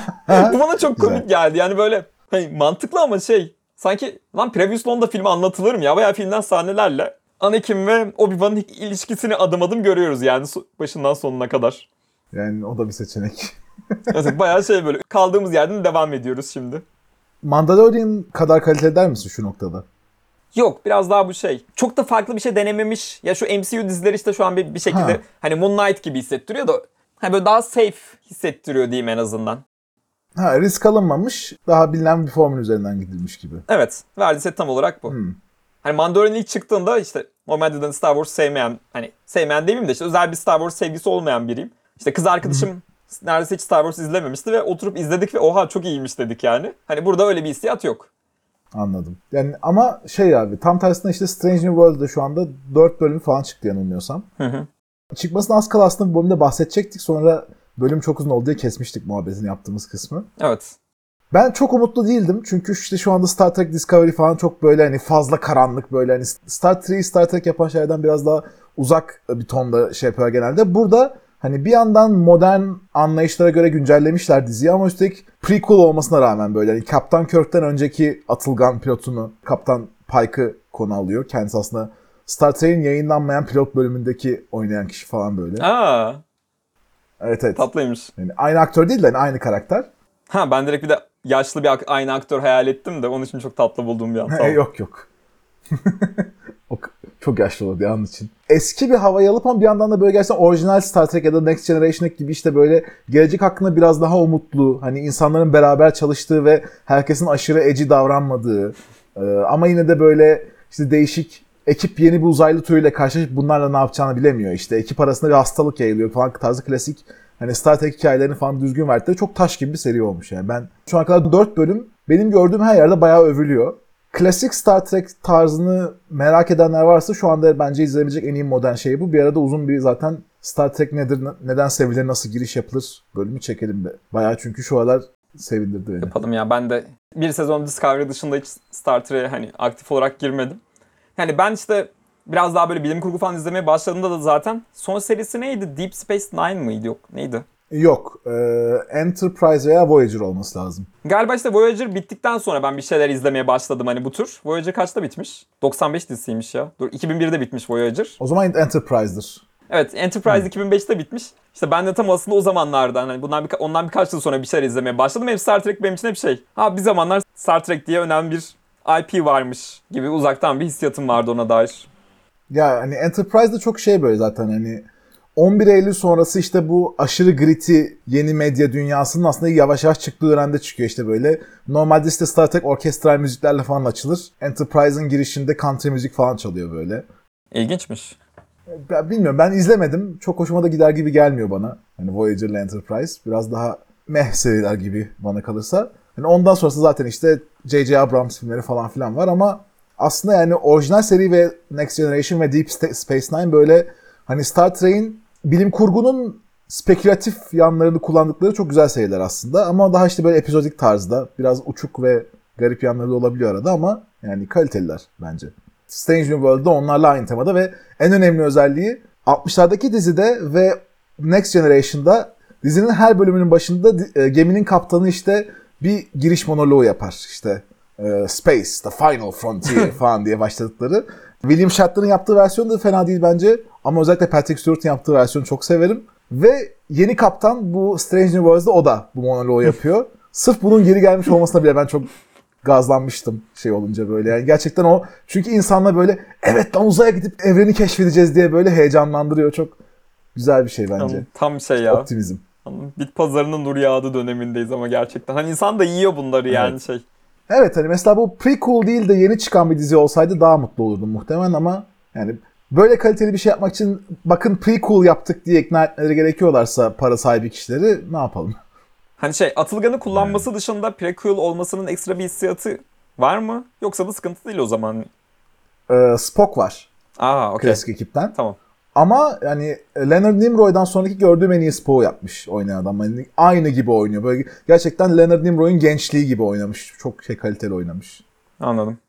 Bu bana çok komik Güzel. geldi. Yani böyle hani mantıklı ama şey, sanki lan previous long'da filmi anlatılır mı ya? Bayağı filmden sahnelerle Anakin ve Obi-Wan'ın ilişkisini adım adım görüyoruz yani başından sonuna kadar. Yani o da bir seçenek. Evet, bayağı şey böyle kaldığımız yerden devam ediyoruz şimdi. Mandalorian kadar kaliteli der misin şu noktada? Yok, biraz daha bu şey. Çok da farklı bir şey denememiş. Ya şu M C U dizileri işte şu an bir, bir şekilde ha. hani Moon Knight gibi hissettiriyor da hani böyle daha safe hissettiriyor diyeyim en azından. Ha, risk alınmamış, daha bilinen bir formül üzerinden gidilmiş gibi. Evet, verdiyse tam olarak bu. Hmm. Hani Mandalorian ilk çıktığında işte normalde Star Wars sevmeyen, hani sevmeyen demeyeyim de işte özel bir Star Wars sevgisi olmayan biriyim. İşte kız arkadaşım hmm. neredeyse hiç Star Wars izlememişti ve oturup izledik ve oha çok iyiymiş dedik yani. Hani burada öyle bir hissiyat yok. Anladım. Yani ama şey abi, tam tersine işte Strange New World'da şu anda dört bölüm falan çıktı yanılmıyorsam. Hı hı. Çıkmasına az kala aslında bu bölümde bahsedecektik. Sonra bölüm çok uzun oldu diye kesmiştik muhabbetini yaptığımız kısmı. Evet. Ben çok umutlu değildim. Çünkü işte şu anda Star Trek Discovery falan çok böyle hani fazla karanlık, böyle hani Star Trek'i Star Trek yapan şeylerden biraz daha uzak bir tonda şey yapıyor genelde. Burada hani bir yandan modern anlayışlara göre güncellemişler diziyi ama üstelik prequel olmasına rağmen böyle hani Kaptan Kirk'ten önceki Atılgan pilotunu, Kaptan Pike'ı konu alıyor. Kendisi aslında Star Trek'in yayınlanmayan pilot bölümündeki oynayan kişi falan böyle. Aa. Evet evet. Tatlıymış. Yani aynı aktör değil de hani aynı karakter. Ha, ben direkt bir de yaşlı bir aynı aktör hayal ettim de onun için çok tatlı bulduğum bir an. Tamam. Yok yok. O çok yaşlı oldu ya onun için. Eski bir havayı alıp ama bir yandan da böyle gerçekten orijinal Star Trek ya da Next Generation gibi işte böyle gelecek hakkında biraz daha umutlu, hani insanların beraber çalıştığı ve herkesin aşırı edgy davranmadığı ama yine de böyle işte değişik ekip yeni bir uzaylı türüyle karşılaşıp bunlarla ne yapacağını bilemiyor. İşte ekip arasında bir hastalık yayılıyor falan tarzı klasik hani Star Trek hikayelerini falan düzgün verdikleri çok taş gibi bir seri olmuş yani. Ben şu ana kadar dört bölüm benim gördüğüm her yerde bayağı övülüyor. Klasik Star Trek tarzını merak edenler varsa şu anda bence izleyebilecek en iyi modern şey bu. Bir arada uzun bir zaten Star Trek nedir, neden sevilir, nasıl giriş yapılır bölümü çekelim be. Bayağı çünkü şu aralar sevindirdi beni. Yapalım ya, ben de bir sezon Discovery dışında hiç Star Trek'e hani aktif olarak girmedim. Yani ben işte biraz daha böyle bilim kurgu falan izlemeye başladığımda da zaten son serisi neydi? Deep Space Nine mıydı? Yok neydi? Yok. E, Enterprise veya Voyager olması lazım. Galiba işte Voyager bittikten sonra ben bir şeyler izlemeye başladım hani bu tür. Voyager kaçta bitmiş? doksan beş dizisiymiş ya. Dur iki bin birde bitmiş Voyager. O zaman Enterprise'dır. Evet, Enterprise Hmm. iki bin beşte bitmiş. İşte ben de tam aslında o zamanlardan hani bundan birka- ondan birkaç yıl sonra bir şeyler izlemeye başladım. Hep Star Trek benim için hep şey. Ha bir zamanlar Star Trek diye önemli bir I P varmış gibi uzaktan bir hissiyatım vardı ona dair. Ya hani Enterprise'da çok şey böyle zaten hani on bir Eylül sonrası işte bu aşırı gritty yeni medya dünyasının aslında yavaş yavaş çıktığı dönemde çıkıyor işte böyle. Normalde işte Star Trek orkestral müziklerle falan açılır. Enterprise'ın girişinde country müzik falan çalıyor böyle. İlginçmiş. Ben bilmiyorum, ben izlemedim. Çok hoşuma da gider gibi gelmiyor bana. Hani Voyager ile Enterprise biraz daha meh seriler gibi bana kalırsa. Hani ondan sonrası zaten işte J J. Abrams filmleri falan filan var ama aslında yani orijinal seri ve Next Generation ve Deep Space Nine böyle hani Star Trek'in bilim kurgunun spekülatif yanlarını kullandıkları çok güzel seriler aslında. Ama daha işte böyle epizodik tarzda biraz uçuk ve garip yanları da olabiliyor arada ama yani kaliteliler bence. Strange New World'da onlarla aynı temada ve en önemli özelliği altmışlardaki dizide ve Next Generation'da dizinin her bölümünün başında e, geminin kaptanı işte bir giriş monoloğu yapar. İşte e, Space, the final frontier falan diye başladıkları. William Shatner'ın yaptığı versiyon da fena değil bence. Ama özellikle Patrick Stewart'ın yaptığı versiyonu çok severim. Ve yeni kaptan bu Strange New Worlds'da o da bu monoloğu yapıyor. Sırf bunun geri gelmiş olmasına bile ben çok gazlanmıştım şey olunca böyle. Yani gerçekten o çünkü insanla böyle evet lan uzaya gidip evreni keşfedeceğiz diye böyle heyecanlandırıyor. Çok güzel bir şey bence. Tam, tam şey ya. Optimizm. Bit pazarının nur yağdı dönemindeyiz ama gerçekten. Hani insan da yiyor bunları yani Evet. şey. Evet hani mesela bu prequel değil de yeni çıkan bir dizi olsaydı daha mutlu olurdum muhtemelen ama yani böyle kaliteli bir şey yapmak için bakın prequel yaptık diye ikna etmeleri gerekiyorlarsa para sahibi kişileri ne yapalım? Hani şey Atılgan'ı kullanması dışında prequel olmasının ekstra bir hissiyatı var mı? Yoksa da sıkıntı değil o zaman. Ee, Spock var. Aa okey. Klasik ekipten. Tamam. Ama yani Leonard Nimoy'dan sonraki gördüğüm en iyi Spock'u yapmış oynayan adam. Yani aynı gibi oynuyor. Böyle gerçekten Leonard Nimoy'un gençliği gibi oynamış. Çok şey kaliteli oynamış. Anladım.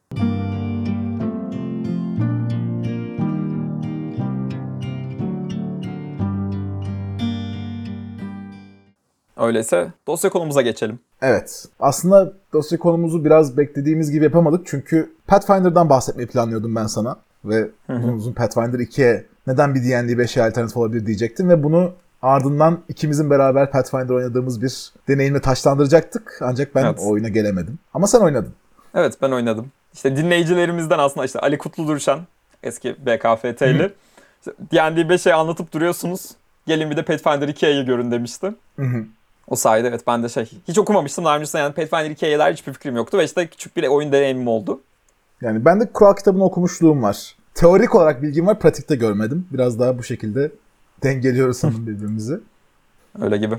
Öyleyse dosya konumuza geçelim. Evet. Aslında dosya konumuzu biraz beklediğimiz gibi yapamadık. Çünkü Pathfinder'dan bahsetmeyi planlıyordum ben sana. Ve uzun uzun Pathfinder ikiye neden bir D and D beşe alternatif olabilir diyecektim. Ve bunu ardından ikimizin beraber Pathfinder oynadığımız bir deneyimle taşlandıracaktık. Ancak ben Evet. o oyuna gelemedim. Ama sen oynadın. Evet ben oynadım. İşte dinleyicilerimizden aslında işte Ali Kutlu Durşan, eski B K F T'li. İşte D and D beşe anlatıp duruyorsunuz. Gelin bir de Pathfinder ikiyi görün demişti. Hı hı. O sayede evet ben de şey hiç okumamıştım daha öncesinde yani Pathfinder ikiye dair hiçbir fikrim yoktu ve işte küçük bir oyun deneyimim oldu. Yani ben de kural kitabını okumuşluğum var. Teorik olarak bilgim var, pratikte görmedim. Biraz daha bu şekilde dengeliyoruz sanırım birbirimizi. Öyle gibi.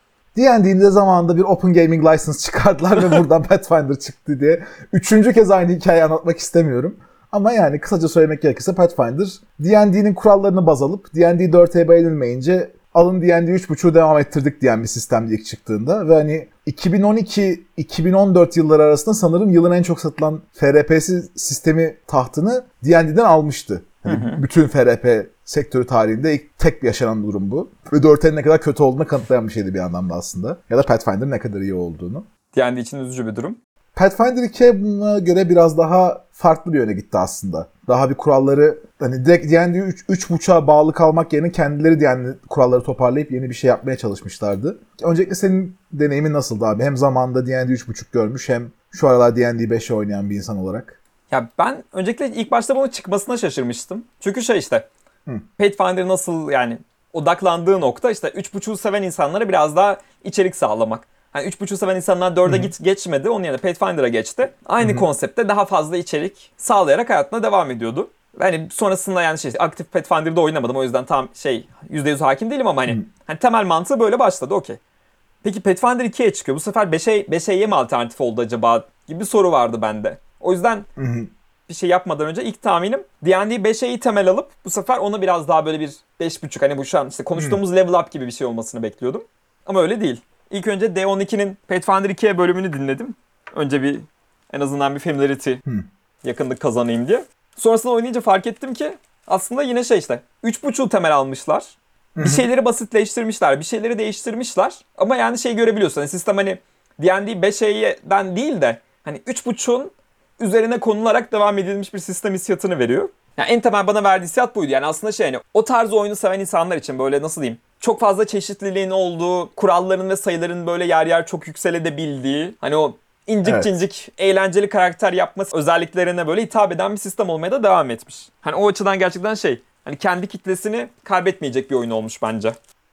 D and D'nin de zamanında bir Open Gaming License çıkardılar ve buradan Pathfinder çıktı diye. Üçüncü kez aynı hikayeyi anlatmak istemiyorum. Ama yani kısaca söylemek gerekirse Pathfinder, D and D'nin kurallarını baz alıp D and D dört'e beğenilmeyince alın D and D üç buçuğu devam ettirdik diyen bir sistemdi ilk çıktığında. Ve hani iki bin on iki iki bin on dört yılları arasında sanırım yılın en çok satılan F R P'si sistemi tahtını D and D'den almıştı. Yani bütün F R P sektörü tarihinde ilk tek bir yaşanan durum bu. Ve dört'ün ne kadar kötü olduğunu kanıtlayan bir şeydi bir anlamda aslında. Ya da Pathfinder'ın ne kadar iyi olduğunu. D and D için üzücü bir durum. Pathfinder ikiye buna göre biraz daha farklı bir yöne gitti aslında. Daha bir kuralları hani direkt D and D üç buçuğa bağlı kalmak yerine kendileri D and D kuralları toparlayıp yeni bir şey yapmaya çalışmışlardı. Öncelikle senin deneyimin nasıldı abi? Hem zamanında D and D üç buçuk görmüş hem şu aralar D and D beşe oynayan bir insan olarak. Ya ben öncelikle ilk başta bunun çıkmasına şaşırmıştım. Çünkü şey işte Hı. Pathfinder nasıl yani odaklandığı nokta işte üç buçuğu seven insanlara biraz daha içerik sağlamak. Hani üç buçuğu seven insanlar dörde git geçmedi. Onun yerine Pathfinder'a geçti. Aynı Hı-hı. konseptte daha fazla içerik sağlayarak hayatına devam ediyordu. Yani sonrasında yani şey aktif Pathfinder'da oynamadım. O yüzden tam şey yüzde yüz hakim değilim ama hani, hani temel mantığı böyle başladı. Okey. Peki Pathfinder ikiye çıkıyor. Bu sefer beşe beşe mi alternatif oldu acaba gibi bir soru vardı bende. O yüzden Hı-hı. bir şey yapmadan önce ilk tahminim D and D beşeyi temel alıp bu sefer onu biraz daha böyle bir beş buçuk hani bu şu an işte konuştuğumuz Hı-hı. level up gibi bir şey olmasını bekliyordum. Ama öyle değil. İlk önce D on iki'nin Pathfinder ikiye bölümünü dinledim. Önce bir en azından bir familiarity, hmm. yakınlık kazanayım diye. Sonrasında oynayınca fark ettim ki aslında yine şey işte üç buçuğu temel almışlar. bir şeyleri basitleştirmişler, bir şeyleri değiştirmişler. Ama yani şey görebiliyorsun. Hani sistem hani D and D beş E'den değil de hani üç buçuğun üzerine konularak devam edilmiş bir sistem hissiyatını veriyor. Yani en temel bana verdiği hissiyat buydu. Yani aslında şey hani o tarz oyunu seven insanlar için böyle nasıl diyeyim, çok fazla çeşitliliğin olduğu, kuralların ve sayıların böyle yer yer çok yükselebildiği, hani o incik Evet. cincik eğlenceli karakter yapması özelliklerine böyle hitap eden bir sistem olmaya da devam etmiş. Hani o açıdan gerçekten şey, hani kendi kitlesini kaybetmeyecek bir oyun olmuş bence.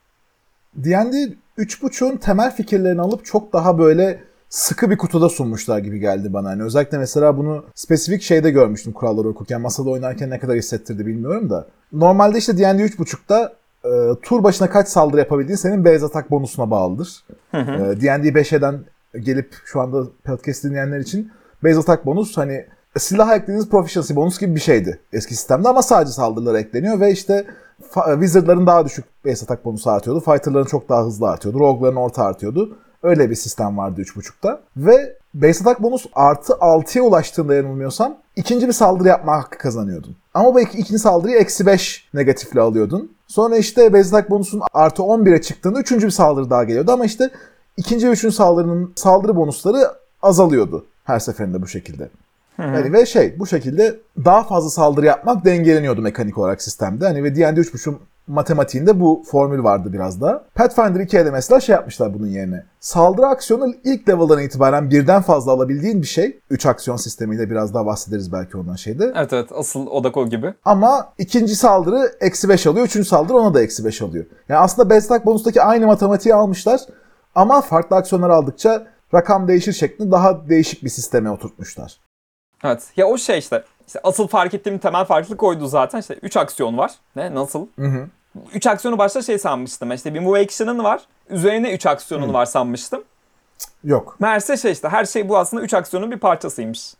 D and D üç buçuğun temel fikirlerini alıp çok daha böyle sıkı bir kutuda sunmuşlar gibi geldi bana. Yani özellikle mesela bunu spesifik şeyde görmüştüm kuralları okurken. Masada oynarken ne kadar hissettirdi bilmiyorum da. Normalde işte D and D üç buçukta e, tur başına kaç saldırı yapabildiğin senin base atak bonusuna bağlıdır. Hı hı. E, D and D beş E'den gelip şu anda podcast dinleyenler için base atak bonus hani silaha eklediğiniz proficiency bonus gibi bir şeydi eski sistemde ama sadece saldırılara ekleniyor ve işte Wizard'ların daha düşük base atak bonusu artıyordu. Fighter'ların çok daha hızlı artıyordu. Rogue'ların orta artıyordu. Öyle bir sistem vardı üç buçukta. Ve base atak bonus artı altıya ulaştığında yanılmıyorsam ikinci bir saldırı yapma hakkı kazanıyordun. Ama bu ikinci saldırıyı eksi beş negatifle alıyordun. Sonra işte base atak bonusun artı on bire çıktığında üçüncü bir saldırı daha geliyordu. Ama işte ikinci ve üçüncü saldırının saldırı bonusları azalıyordu her seferinde bu şekilde. Yani ve şey bu şekilde daha fazla saldırı yapmak dengeleniyordu mekanik olarak sistemde. Hani ve D and D üç buçuk matematiğinde bu formül vardı biraz da. Pathfinder iki'ye de mesela şey yapmışlar bunun yerine. Saldırı aksiyonu ilk level'dan itibaren birden fazla alabildiğin bir şey. üç aksiyon sistemiyle biraz daha bahsederiz belki ondan şeyde. Evet evet, asıl Odako gibi. Ama ikinci saldırı eksi beş alıyor. Üçüncü saldırı ona da eksi beş alıyor. Yani aslında base attack bonus'taki aynı matematiği almışlar. Ama farklı aksiyonlar aldıkça rakam değişir şeklinde daha değişik bir sisteme oturtmuşlar. Evet. Ya o şey işte, işte asıl fark ettiğim temel farklılık oydu zaten. İşte üç aksiyon var. Ne? Nasıl? Hı hı. üç aksiyonu başta şey sanmıştım. İşte bir move action'ın var. Üzerine üç aksiyonun Hı. var sanmıştım. Yok. Meğerse şey işte her şey bu aslında üç aksiyonun bir parçasıymış.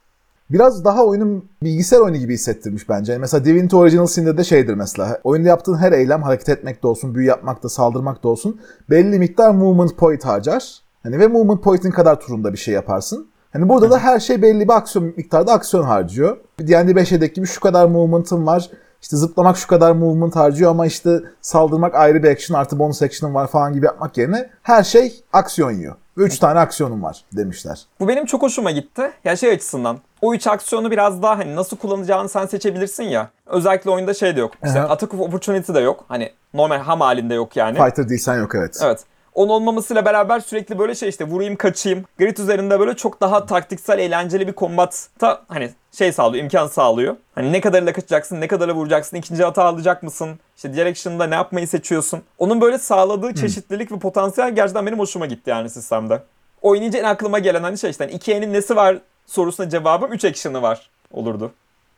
Biraz daha oyunun bilgisayar oyunu gibi hissettirmiş bence. Yani mesela Divinity Original Sin'de de şeydir mesela. Oyunda yaptığın her eylem, hareket etmek de olsun, büyü yapmak da, saldırmak da olsun, belli miktar movement point harcar. Hani ve movement point'in kadar turunda bir şey yaparsın. Hani burada da her şey belli bir aksiyon miktarda aksiyon harcıyor. D and D beş E'deki gibi şu kadar movement'ım var. İşte zıplamak şu kadar movement harcıyor ama işte saldırmak ayrı bir action artı bonus action'ım var falan gibi yapmak yerine her şey aksiyon yiyor. Ve üç tane aksiyonum var demişler. Bu benim çok hoşuma gitti. Ya şey açısından. O üç aksiyonu biraz daha hani nasıl kullanacağını sen seçebilirsin ya. Özellikle oyunda şey de yok. İşte Aha. attack of opportunity de yok. Hani normal ham halinde yok yani. Fighter değilsen yok evet. Evet. Onun olmamasıyla beraber sürekli böyle şey işte vurayım kaçayım. Grid üzerinde böyle çok daha taktiksel, eğlenceli bir kombatta hani şey sağlıyor, imkan sağlıyor. Hani ne kadarıyla kaçacaksın, ne kadarıyla vuracaksın, ikinci hata alacak mısın? İşte direction'da ne yapmayı seçiyorsun? Onun böyle sağladığı çeşitlilik ve potansiyel gerçekten benim hoşuma gitti yani sistemde. Oynayınca en aklıma gelen hani şey işte hani iki E'nin nesi var sorusuna cevabım üç action'ı var olurdu.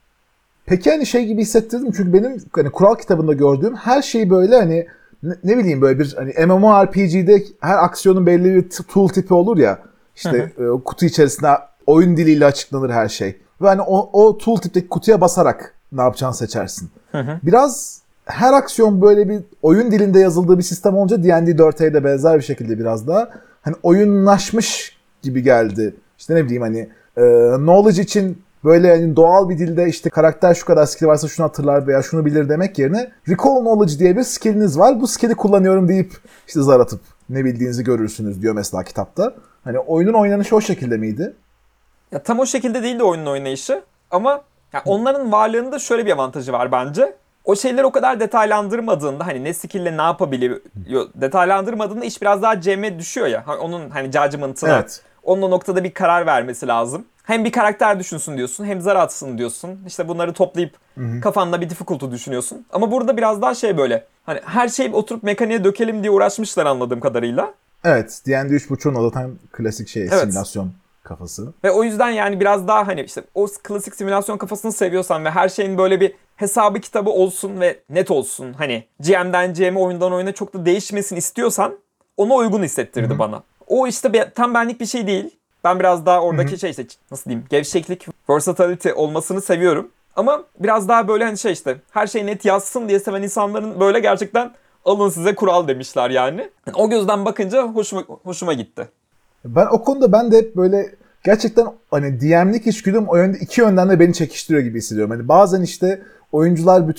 Peki hani şey gibi hissettirdim çünkü benim hani kural kitabında gördüğüm her şey böyle hani ne, ne bileyim böyle bir hani MMORPG'de her aksiyonun belli bir t- tool tipi olur ya işte e, kutu içerisinde oyun diliyle açıklanır her şey. Ve hani o, o tool tipteki kutuya basarak ne yapacağını seçersin. Hı hı. Biraz her aksiyon böyle bir oyun dilinde yazıldığı bir sistem olunca D and D dört E'de benzer bir şekilde biraz daha hani oyunlaşmış gibi geldi. İşte ne bileyim hani e, knowledge için böyle hani doğal bir dilde işte karakter şu kadar skill varsa şunu hatırlar veya şunu bilir demek yerine recall knowledge diye bir skilliniz var. Bu skill'i kullanıyorum deyip işte zar atıp ne bildiğinizi görürsünüz diyor mesela kitapta. Hani oyunun oynanışı o şekilde miydi? Ya tam o şekilde değil de oyunun oynayışı ama ya onların varlığında şöyle bir avantajı var bence. O şeyleri o kadar detaylandırmadığında hani ne skill'le ne yapabiliyor detaylandırmadığında iş biraz daha Cem'e düşüyor ya. Onun hani judgment'ına. Evet. Onun o noktada bir karar vermesi lazım. Hem bir karakter düşünsün diyorsun hem zar atsın diyorsun. İşte bunları toplayıp Hı-hı. kafanda bir difficulty düşünüyorsun. Ama burada biraz daha şey böyle hani her şeyi oturup mekaniğe dökelim diye uğraşmışlar anladığım kadarıyla. Evet. D and D üç buçuğun zaten klasik şey evet. simülasyon kafası. Ve o yüzden yani biraz daha hani işte o klasik simülasyon kafasını seviyorsan ve her şeyin böyle bir hesabı kitabı olsun ve net olsun. Hani G M'den G M'e oyundan oyuna çok da değişmesin istiyorsan ona uygun hissettirdi Hı-hı. bana. O işte tam benlik bir şey değil. Ben biraz daha oradaki Hı-hı. şey işte nasıl diyeyim gevşeklik, versatility olmasını seviyorum. Ama biraz daha böyle hani şey işte her şey net yazsın diye seven insanların böyle gerçekten alın size kural demişler yani. O gözden bakınca hoşuma, hoşuma gitti. Ben o konuda ben de hep böyle gerçekten hani D M'lik içgüdüm o yönde iki yönden de beni çekiştiriyor gibi hissediyorum. Hani bazen işte oyuncular bütün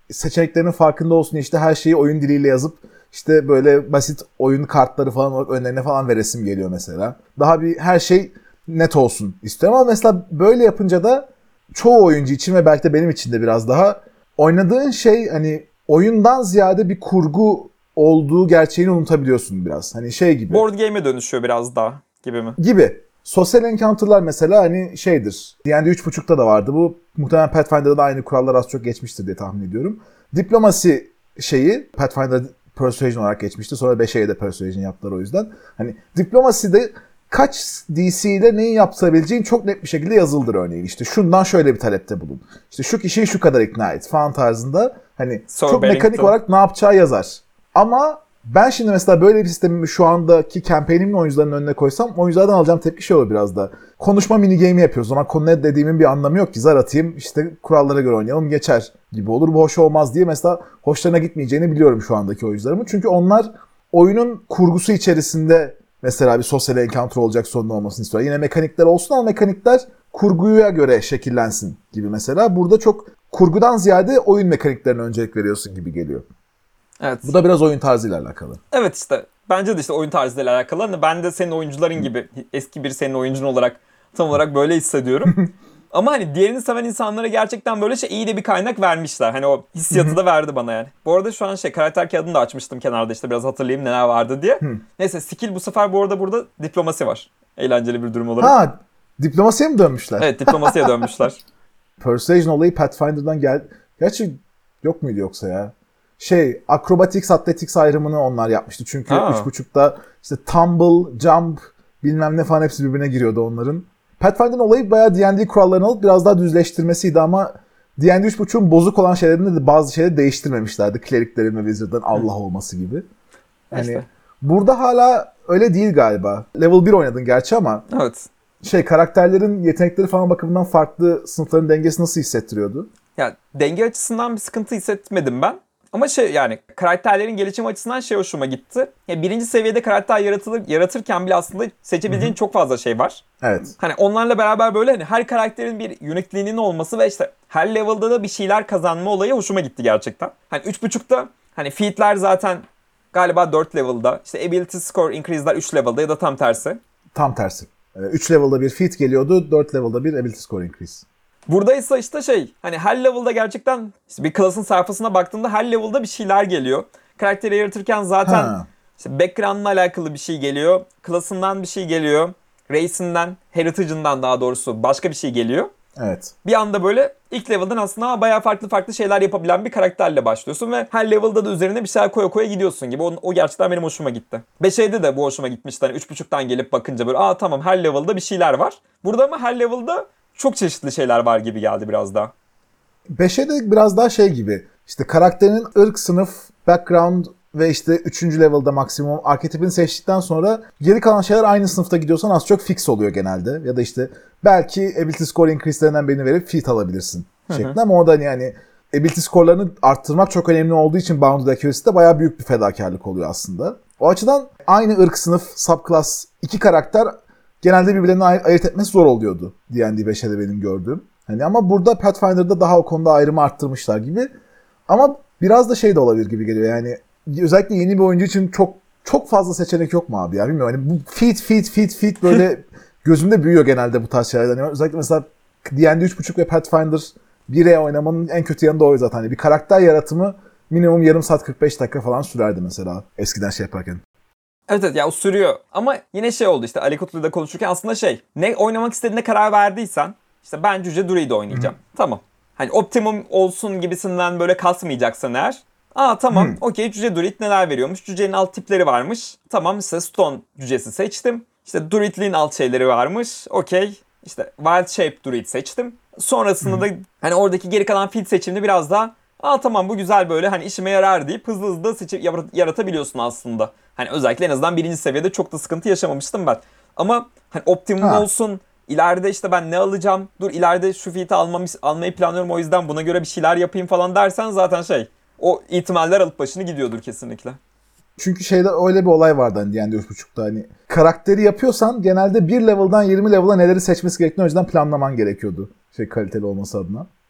seçeneklerinin farkında olsun, işte her şeyi oyun diliyle yazıp işte böyle basit oyun kartları falan olarak önlerine falan veresim geliyor mesela. Daha bir her şey net olsun istiyorum ama mesela böyle yapınca da çoğu oyuncu için ve belki de benim için de biraz daha oynadığın şey hani oyundan ziyade bir kurgu olduğu gerçeğini unutabiliyorsun biraz. Hani şey gibi. Board game'e dönüşüyor biraz daha gibi mi? Gibi. Sosyal encounter'lar mesela hani şeydir. D and D üç buçukta da vardı bu. Muhtemelen Pathfinder'da da aynı kurallar az çok geçmiştir diye tahmin ediyorum. Diplomasi şeyi Pathfinder Persuasion olarak geçmişti. Sonra beşe de Persuasion yaptılar o yüzden. Hani diplomaside kaç D C ile neyi yaptırabileceğin çok net bir şekilde yazıldır örneğin. İşte şundan şöyle bir talepte bulun. İşte şu kişiyi şu kadar ikna et falan tarzında. Hani Sir çok Barrington. mekanik olarak ne yapacağı yazar. Ama ben şimdi mesela böyle bir sistemimi şu andaki campaign'imin oyuncularının önüne koysam oyunculardan alacağım tepki şey olur biraz da. Konuşma mini game'i yapıyoruz. O zaman konu ne dediğimin bir anlamı yok ki. Zar atayım işte kurallara göre oynayalım geçer gibi olur. Bu hoş olmaz diye mesela hoşlarına gitmeyeceğini biliyorum şu andaki oyuncularımın. Çünkü onlar oyunun kurgusu içerisinde mesela bir sosyal encounter olacak sorun olmasını istiyor. Yine mekanikler olsun ama mekanikler kurguya göre şekillensin gibi mesela. Burada çok kurgudan ziyade oyun mekaniklerine öncelik veriyorsun gibi geliyor. Evet. Bu da biraz oyun tarzıyla alakalı. Evet işte. Bence de işte oyun tarzıyla alakalı. Hani ben de senin oyuncuların gibi eski bir senin oyuncun olarak tam olarak böyle hissediyorum. Ama hani diğerini seven insanlara gerçekten böyle şey iyi de bir kaynak vermişler. Hani o hissiyatı da verdi bana yani. Bu arada şu an şey karakter kağıdını da açmıştım kenarda işte biraz hatırlayayım neler vardı diye. Neyse skill bu sefer bu arada burada diplomasi var. Eğlenceli bir durum olarak. Ha, diplomasiye mi dönmüşler? Evet diplomasiye dönmüşler. Persuasion olayı Pathfinder'dan gel... Gerçi yok muydu yoksa ya? Şey, acrobatics, athletics ayrımını onlar yapmıştı. Çünkü üç buçukta işte tumble, jump, bilmem ne falan hepsi birbirine giriyordu onların. Pathfinder'ın olayı bayağı D and D kurallarını alıp biraz daha düzleştirmesiydi ama D and D üç buçukun bozuk olan şeylerinde de bazı şeyleri değiştirmemişlerdi. Kleriklerin ve Wizard'ın Allah olması gibi. Yani İşte. burada hala öyle değil galiba. Level bir oynadın gerçi ama Evet. şey karakterlerin yetenekleri falan bakımından farklı sınıfların dengesi nasıl hissettiriyordu? Ya denge açısından bir sıkıntı hissetmedim ben. Ama şey yani karakterlerin gelişim açısından şey hoşuma gitti. Ya birinci seviyede karakter yaratılır, yaratırken bile aslında seçebileceğin Hı-hı. çok fazla şey var. Evet. Hani onlarla beraber böyle hani her karakterin bir uniqueliğinin olması ve işte her level'da da bir şeyler kazanma olayı hoşuma gitti gerçekten. Hani üç buçukta hani feat'ler zaten galiba dört level'da. İşte ability score increase'ler üç level'da ya da tam tersi. Tam tersi. üç level'da bir feat geliyordu, dört level'da bir ability score increase. Buradaysa işte şey hani her level'da gerçekten işte bir class'ın sayfasına baktığımda her level'da bir şeyler geliyor. Karakteri yaratırken zaten ha. işte background'la alakalı bir şey geliyor. Class'ından bir şey geliyor. Race'inden, heritage'ından daha doğrusu başka bir şey geliyor. Evet. Bir anda böyle ilk level'dan aslında bayağı farklı farklı şeyler yapabilen bir karakterle başlıyorsun ve her level'da da üzerine bir şeyler koya koya gidiyorsun gibi. O, o gerçekten benim hoşuma gitti. beşeyde de bu hoşuma gitmişti. Hani üç buçuktan gelip bakınca böyle aa tamam her level'da bir şeyler var. Burada ama her level'da çok çeşitli şeyler var gibi geldi biraz daha. beşe de biraz daha şey gibi. İşte karakterin ırk, sınıf, background ve işte üçüncü level'da maksimum arketipini seçtikten sonra geri kalan şeyler aynı sınıfta gidiyorsan az çok fix oluyor genelde. Ya da işte belki ability score increase'lerinden birini verip feat alabilirsin şeklinde. Ama o da yani ability score'larını arttırmak çok önemli olduğu için Bounded Accuracy'de bayağı büyük bir fedakarlık oluyor aslında. O açıdan aynı ırk, sınıf, subclass iki karakter genelde birbirlerini ay- ayırt etmesi zor oluyordu D and D beşe de benim gördüğüm. Hani ama burada Pathfinder'da daha o konuda ayrımı arttırmışlar gibi. Ama biraz da şey de olabilir gibi geliyor yani özellikle yeni bir oyuncu için çok çok fazla seçenek yok mu abi ya bilmiyorum. Hani bu feat feat feat feat böyle gözümde büyüyor genelde bu tarz şeylerden. Yani özellikle mesela D and D üç buçuk ve Pathfinder bire oynamanın en kötü yanı da o zaten. Hani bir karakter yaratımı minimum yarım saat kırk beş dakika falan sürerdi mesela eskiden şey yaparken. Evet evet ya o sürüyor ama yine şey oldu işte Ali Kutlu'yla konuşurken aslında şey ne oynamak istediğine karar verdiysen işte ben Cüce Druid'i oynayacağım. Hı-hı. Tamam. Hani optimum olsun gibisinden böyle kasmayacaksan eğer aa tamam hmm. okey Cüce Druid neler veriyormuş. Cüce'nin alt tipleri varmış. Tamam işte Stone Cücesi seçtim. İşte Druid'liğin alt şeyleri varmış. Okey işte Wild Shape Druid seçtim. Sonrasında hmm. da hani oradaki geri kalan feat seçimini biraz daha aa tamam bu güzel böyle hani işime yarar deyip hızlı hızlı da seçip yaratabiliyorsun aslında. Hani özellikle en azından birinci seviyede çok da sıkıntı yaşamamıştım ben. Ama hani optimum ha. olsun. İleride işte ben ne alacağım? Dur ileride şu feat'i almamı, almayı planlıyorum o yüzden buna göre bir şeyler yapayım falan dersen zaten şey o ihtimaller alıp başını gidiyordur kesinlikle. Çünkü şeyde öyle bir olay vardı hani D and D üç buçukta hani karakteri yapıyorsan genelde bir level'dan yirmi level'a neleri seçmesi gerektiğini önceden planlaman gerekiyordu. Şey kaliteli olması adına.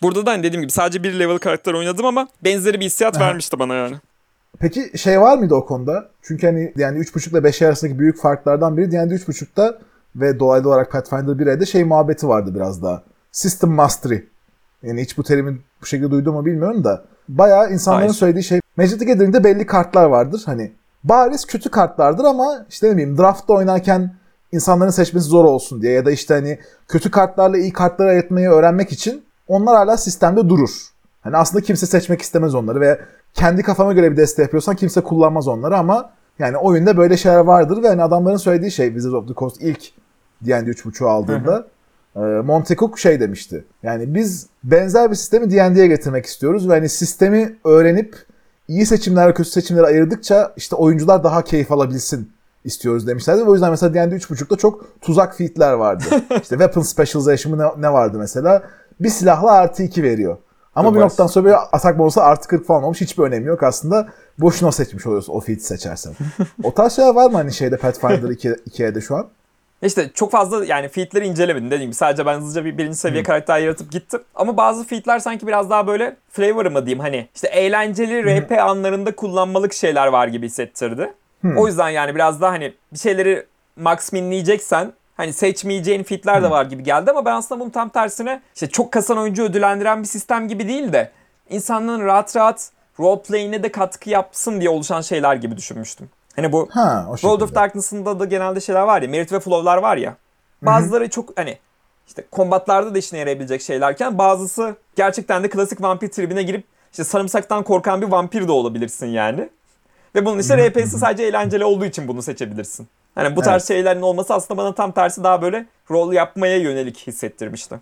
Burada da hani dediğim gibi sadece bir level karakter oynadım ama benzeri bir hissiyat Aha. vermişti bana yani. Peki şey var mıydı o konuda? Çünkü hani yani üç buçuk ile beş arasındaki büyük farklardan biri D and D üç buçukta ve dolaylı olarak Pathfinder bir'de şey muhabbeti vardı biraz daha. System Mastery. Yani hiç bu terimin bu şekilde duydum mu bilmiyorum da. Bayağı insanların Hayır. söylediği şey. Magic the Gathering'de belli kartlar vardır. Hani bariz kötü kartlardır ama işte ne bileyim draft'ta oynarken insanların seçmesi zor olsun diye ya da işte hani kötü kartlarla iyi kartları ayırtmayı öğrenmek için onlar hala sistemde durur. Hani aslında kimse seçmek istemez onları ve kendi kafama göre bir deste yapıyorsan kimse kullanmaz onları ama yani oyunda böyle şeyler vardır ve hani adamların söylediği şey Wizards of the Coast ilk D and D üç buçuğu aldığında e, Monte Cook şey demişti. Yani biz benzer bir sistemi D and D'ye getirmek istiyoruz ve hani sistemi öğrenip iyi seçimler ve kötü seçimleri ayırdıkça işte oyuncular daha keyif alabilsin istiyoruz demişlerdi. O yüzden mesela D and D üç buçukta çok tuzak feat'ler vardı. İşte Weapon Specialization'ı ne, ne vardı mesela? Bir silahla artı iki veriyor. Ama Dur bir baş. noktadan sonra bir atak bonusu artı kırk falan olmuş. Hiçbir önemi yok aslında. Boşuna seçmiş oluyorsun o feat'i seçersen. O tarz şeyler var mı hani şeyde Pathfinder iki'de şu an? İşte çok fazla yani feat'leri incelemedim dediğim gibi. Sadece ben hızlıca bir birinci seviye hmm. karakter yaratıp gittim. Ama bazı feat'ler sanki biraz daha böyle flavor'ı mı diyeyim hani işte eğlenceli R P anlarında kullanmalık şeyler var gibi hissettirdi. Hmm. O yüzden yani biraz daha hani bir şeyleri max minleyeceksen hani seçmeyeceğin feat'ler hmm. de var gibi geldi ama ben aslında bunun tam tersine işte çok kasan oyuncu ödüllendiren bir sistem gibi değil de insanların rahat rahat roleplay'ine de katkı yapsın diye oluşan şeyler gibi düşünmüştüm. Hani bu ha, World of Darkness'ında da genelde şeyler var ya, merit ve flow'lar var ya. Bazıları Hı-hı. çok hani işte kombatlarda da işine yarayabilecek şeylerken bazısı gerçekten de klasik vampir tribine girip işte sarımsaktan korkan bir vampir de olabilirsin yani. Ve bunun işte Hı-hı. R P'si sadece eğlenceli olduğu için bunu seçebilirsin. Hani bu tarz evet. şeylerin olması aslında bana tam tersi daha böyle rol yapmaya yönelik hissettirmişti.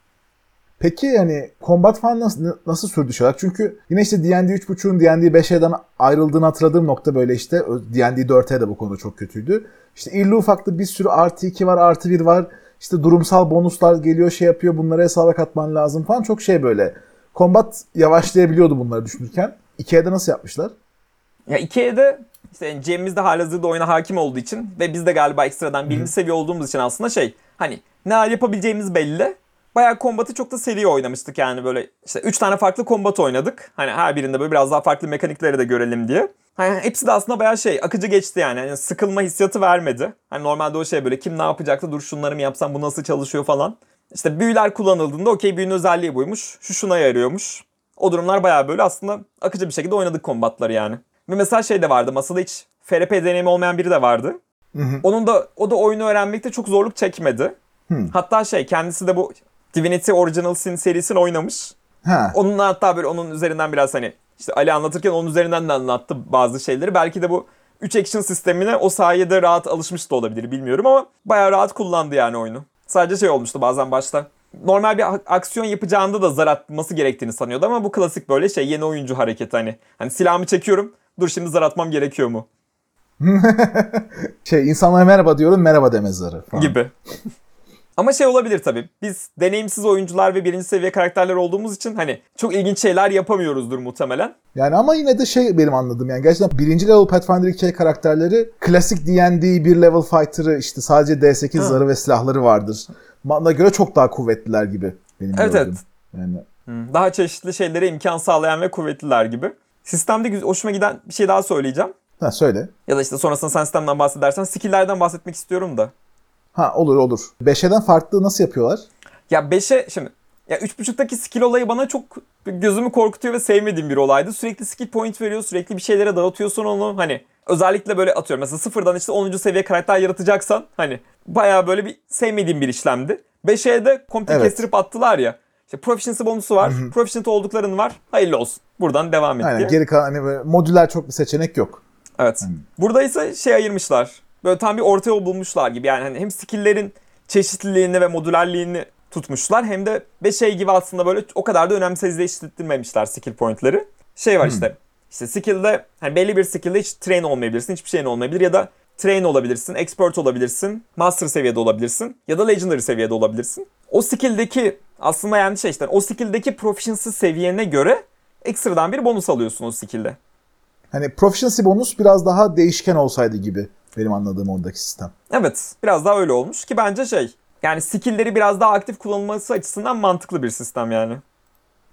Peki yani combat falan nasıl, nasıl sürdü şeyler? Çünkü yine işte D and D üç buçuğun D and D beş'den ayrıldığını hatırladığım nokta böyle işte D and D dört'e de bu konuda çok kötüydü. İşte irli ufaklı bir sürü artı iki var, artı bir var. İşte durumsal bonuslar geliyor, şey yapıyor. Bunları hesaba katman lazım falan. Çok şey böyle. Combat yavaşlayabiliyordu bunları düşünürken. iki'de nasıl yapmışlar? Ya iki'de işte yani Cem'imiz de halihazırda oyuna hakim olduğu için ve biz de galiba ekstradan birinci seviye olduğumuz için aslında şey hani ne yapabileceğimiz belli. Bayağı kombatı çok da seri oynamıştık yani böyle işte üç tane farklı kombat oynadık. Hani her birinde böyle biraz daha farklı mekanikleri de görelim diye. Hani hepsi de aslında bayağı şey akıcı geçti yani. Yani sıkılma hissiyatı vermedi. Hani normalde o şey böyle kim ne yapacaktı dur şunları mı yapsam bu nasıl çalışıyor falan. İşte büyüler kullanıldığında okey büyünün özelliği buymuş. Şu şuna yarıyormuş. O durumlar bayağı böyle aslında akıcı bir şekilde oynadık kombatları yani. Ve mesela şey de vardı masada hiç F R P deneyimi olmayan biri de vardı. Hı hı. Onun da o da oyunu öğrenmekte çok zorluk çekmedi. Hı. Hatta şey kendisi de bu Divinity Original Sin serisini oynamış. Ha. Onun hatta böyle onun üzerinden biraz hani işte Ali anlatırken onun üzerinden de anlattı bazı şeyleri. Belki de bu üç action sistemine o sayede rahat alışmış da olabilir bilmiyorum ama bayağı rahat kullandı yani oyunu. Sadece şey olmuştu bazen başta. Normal bir aksiyon yapacağında da zar atması gerektiğini sanıyordu ama bu klasik böyle şey yeni oyuncu hareketi hani. Hani silahımı çekiyorum. Dur şimdi zar atmam gerekiyor mu? şey insanlara merhaba diyorum merhaba demezleri falan. Gibi. Ama şey olabilir tabii. Biz deneyimsiz oyuncular ve birinci seviye karakterler olduğumuz için hani çok ilginç şeyler yapamıyoruzdur muhtemelen. Yani ama yine de şey benim anladığım yani gerçekten birinci level Pathfinder iki karakterleri klasik D and D bir level fighter'ı işte sadece D sekiz ha. zarı ve silahları vardır. Bana göre çok daha kuvvetliler gibi benim evet, gördüğüm. Evet. Yani. Daha çeşitli şeylere imkan sağlayan ve kuvvetliler gibi. Sistemde hoşuma giden bir şey daha söyleyeceğim. Ha söyle. Ya da işte sonrasında sen sistemden bahsedersen skill'lerden bahsetmek istiyorum da. Ha olur olur. beş'den farklı nasıl yapıyorlar? Ya beşe şimdi ya üç buçuktaki skill olayı bana çok gözümü korkutuyor ve sevmediğim bir olaydı. Sürekli skill point veriyor, sürekli bir şeylere dağıtıyorsun onu. Hani özellikle böyle atıyorum mesela sıfırdan işte onuncu seviye karakter yaratacaksan hani bayağı böyle bir sevmediğim bir işlemdi. beşe de komple evet. kestirip attılar ya. İşte proficiency bonusu var. Hı-hı. Proficient oldukların var. Hayırlı olsun. Buradan devam et Aynen, diye. Geri kalan hani modüler çok bir seçenek yok. Evet. Hı. Burada ise şey ayırmışlar. Böyle tam bir orta yol bulmuşlar gibi. Yani hani hem skill'lerin çeşitliliğini ve modülerliğini tutmuşlar. Hem de beşe gibi aslında böyle o kadar da önemsizleştirmemişler skill point'leri. Şey var hmm. işte. İşte skill'de hani belli bir skill'de hiç train olmayabilirsin. Hiçbir şeyin olmayabilir. Ya da train olabilirsin. Expert olabilirsin. Master seviyede olabilirsin. Ya da legendary seviyede olabilirsin. O skill'deki aslında yani şey işte o skill'deki proficiency seviyene göre ekstradan bir bonus alıyorsun o skill'de. Hani proficiency bonus biraz daha değişken olsaydı gibi. Benim anladığım oradaki sistem. Evet. Biraz daha öyle olmuş ki bence şey. Yani skill'leri biraz daha aktif kullanılması açısından mantıklı bir sistem yani.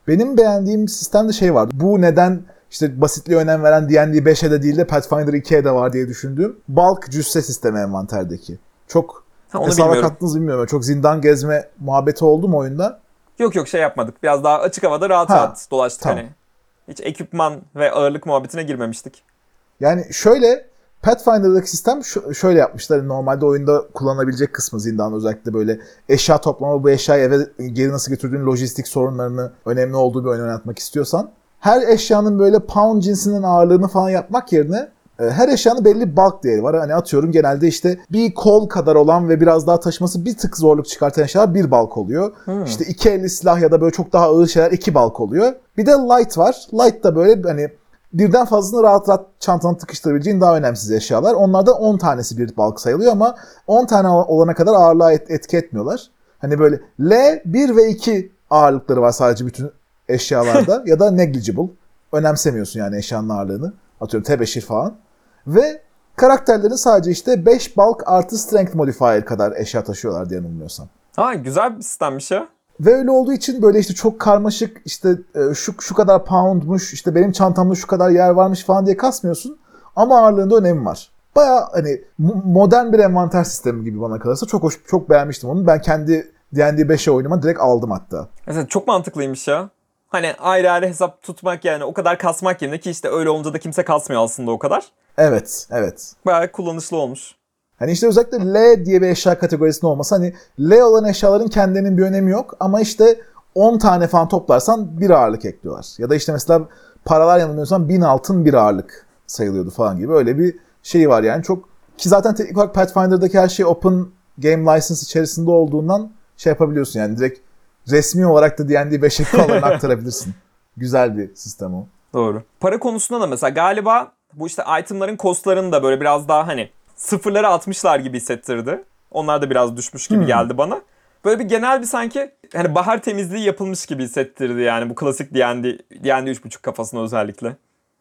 Benim beğendiğim sistemde şey vardı. Bu neden işte basitliğe önem veren D and D beşe de değil de Pathfinder ikiye de var diye düşündüğüm bulk cüsse sistemi envanterdeki. Çok Ha, onu hesaba bilmiyorum. kattınız bilmiyorum. Çok zindan gezme muhabbeti oldu mu oyunda? Yok yok şey yapmadık. Biraz daha açık havada rahat Ha, rahat dolaştık tamam. hani. Hiç ekipman ve ağırlık muhabbetine girmemiştik. Yani şöyle Pathfinder'daki sistem şu, şöyle yapmışlar. Yani normalde oyunda kullanabilecek kısmı zindan özellikle böyle eşya toplama, bu eşyayı eve geri nasıl götürdüğün lojistik sorunlarını önemli olduğu bir oyun oynatmak istiyorsan her eşyanın böyle pound cinsinin ağırlığını falan yapmak yerine e, her eşyanın belli bir bulk değeri var. Hani atıyorum genelde işte bir kol kadar olan ve biraz daha taşıması bir tık zorluk çıkartan eşyalar bir bulk oluyor. Hmm. İşte iki elli silah ya da böyle çok daha ağır şeyler iki bulk oluyor. Bir de light var. Light da böyle hani birden fazlasını rahat rahat çantana tıkıştırabileceğin daha önemsiz eşyalar. Onlardan on tanesi bir bulk sayılıyor ama on tane olana kadar ağırlığa et, etki etmiyorlar. Hani böyle L, bir ve iki ağırlıkları var sadece bütün eşyalarda ya da negligible. Önemsemiyorsun yani eşyanın ağırlığını. Atıyorum tebeşir falan. Ve karakterlerin sadece işte beş bulk artı strength modifier kadar eşya taşıyorlar diye yanılmıyorsam. Ha güzel bir sistemmiş ya. Ve öyle olduğu için böyle işte çok karmaşık işte şu şu kadar poundmuş, işte benim çantamda şu kadar yer varmış falan diye kasmıyorsun. Ama ağırlığında önemi var. Baya hani modern bir envanter sistemi gibi bana kalırsa çok hoş, çok beğenmiştim onu. Ben kendi D and D beşe oynama direkt aldım hatta. Mesela çok mantıklıymış ya. Hani ayrı ayrı hesap tutmak yani o kadar kasmak yerine ki işte öyle olunca da kimse kasmıyor aslında o kadar. Evet, evet. Bayağı kullanışlı olmuş. Hani işte özellikle L diye bir eşya kategorisinin olması hani L olan eşyaların kendilerinin bir önemi yok ama işte on tane falan toplarsan bir ağırlık ekliyorlar. Ya da işte mesela paralar yanılmıyorsam bin altın bir ağırlık sayılıyordu falan gibi öyle bir şey var yani çok ki zaten teknik olarak Pathfinder'daki her şey open game license içerisinde olduğundan şey yapabiliyorsun yani direkt resmi olarak da D and D beşe kurallarını aktarabilirsin. Güzel bir sistem o. Doğru. Para konusunda da mesela galiba bu işte itemların costlarını da böyle biraz daha hani sıfırlara atmışlar gibi hissettirdi. Onlar da biraz düşmüş gibi hmm. geldi bana. Böyle bir genel bir sanki hani bahar temizliği yapılmış gibi hissettirdi yani bu klasik D and D, D and D üç buçuk kafasına özellikle.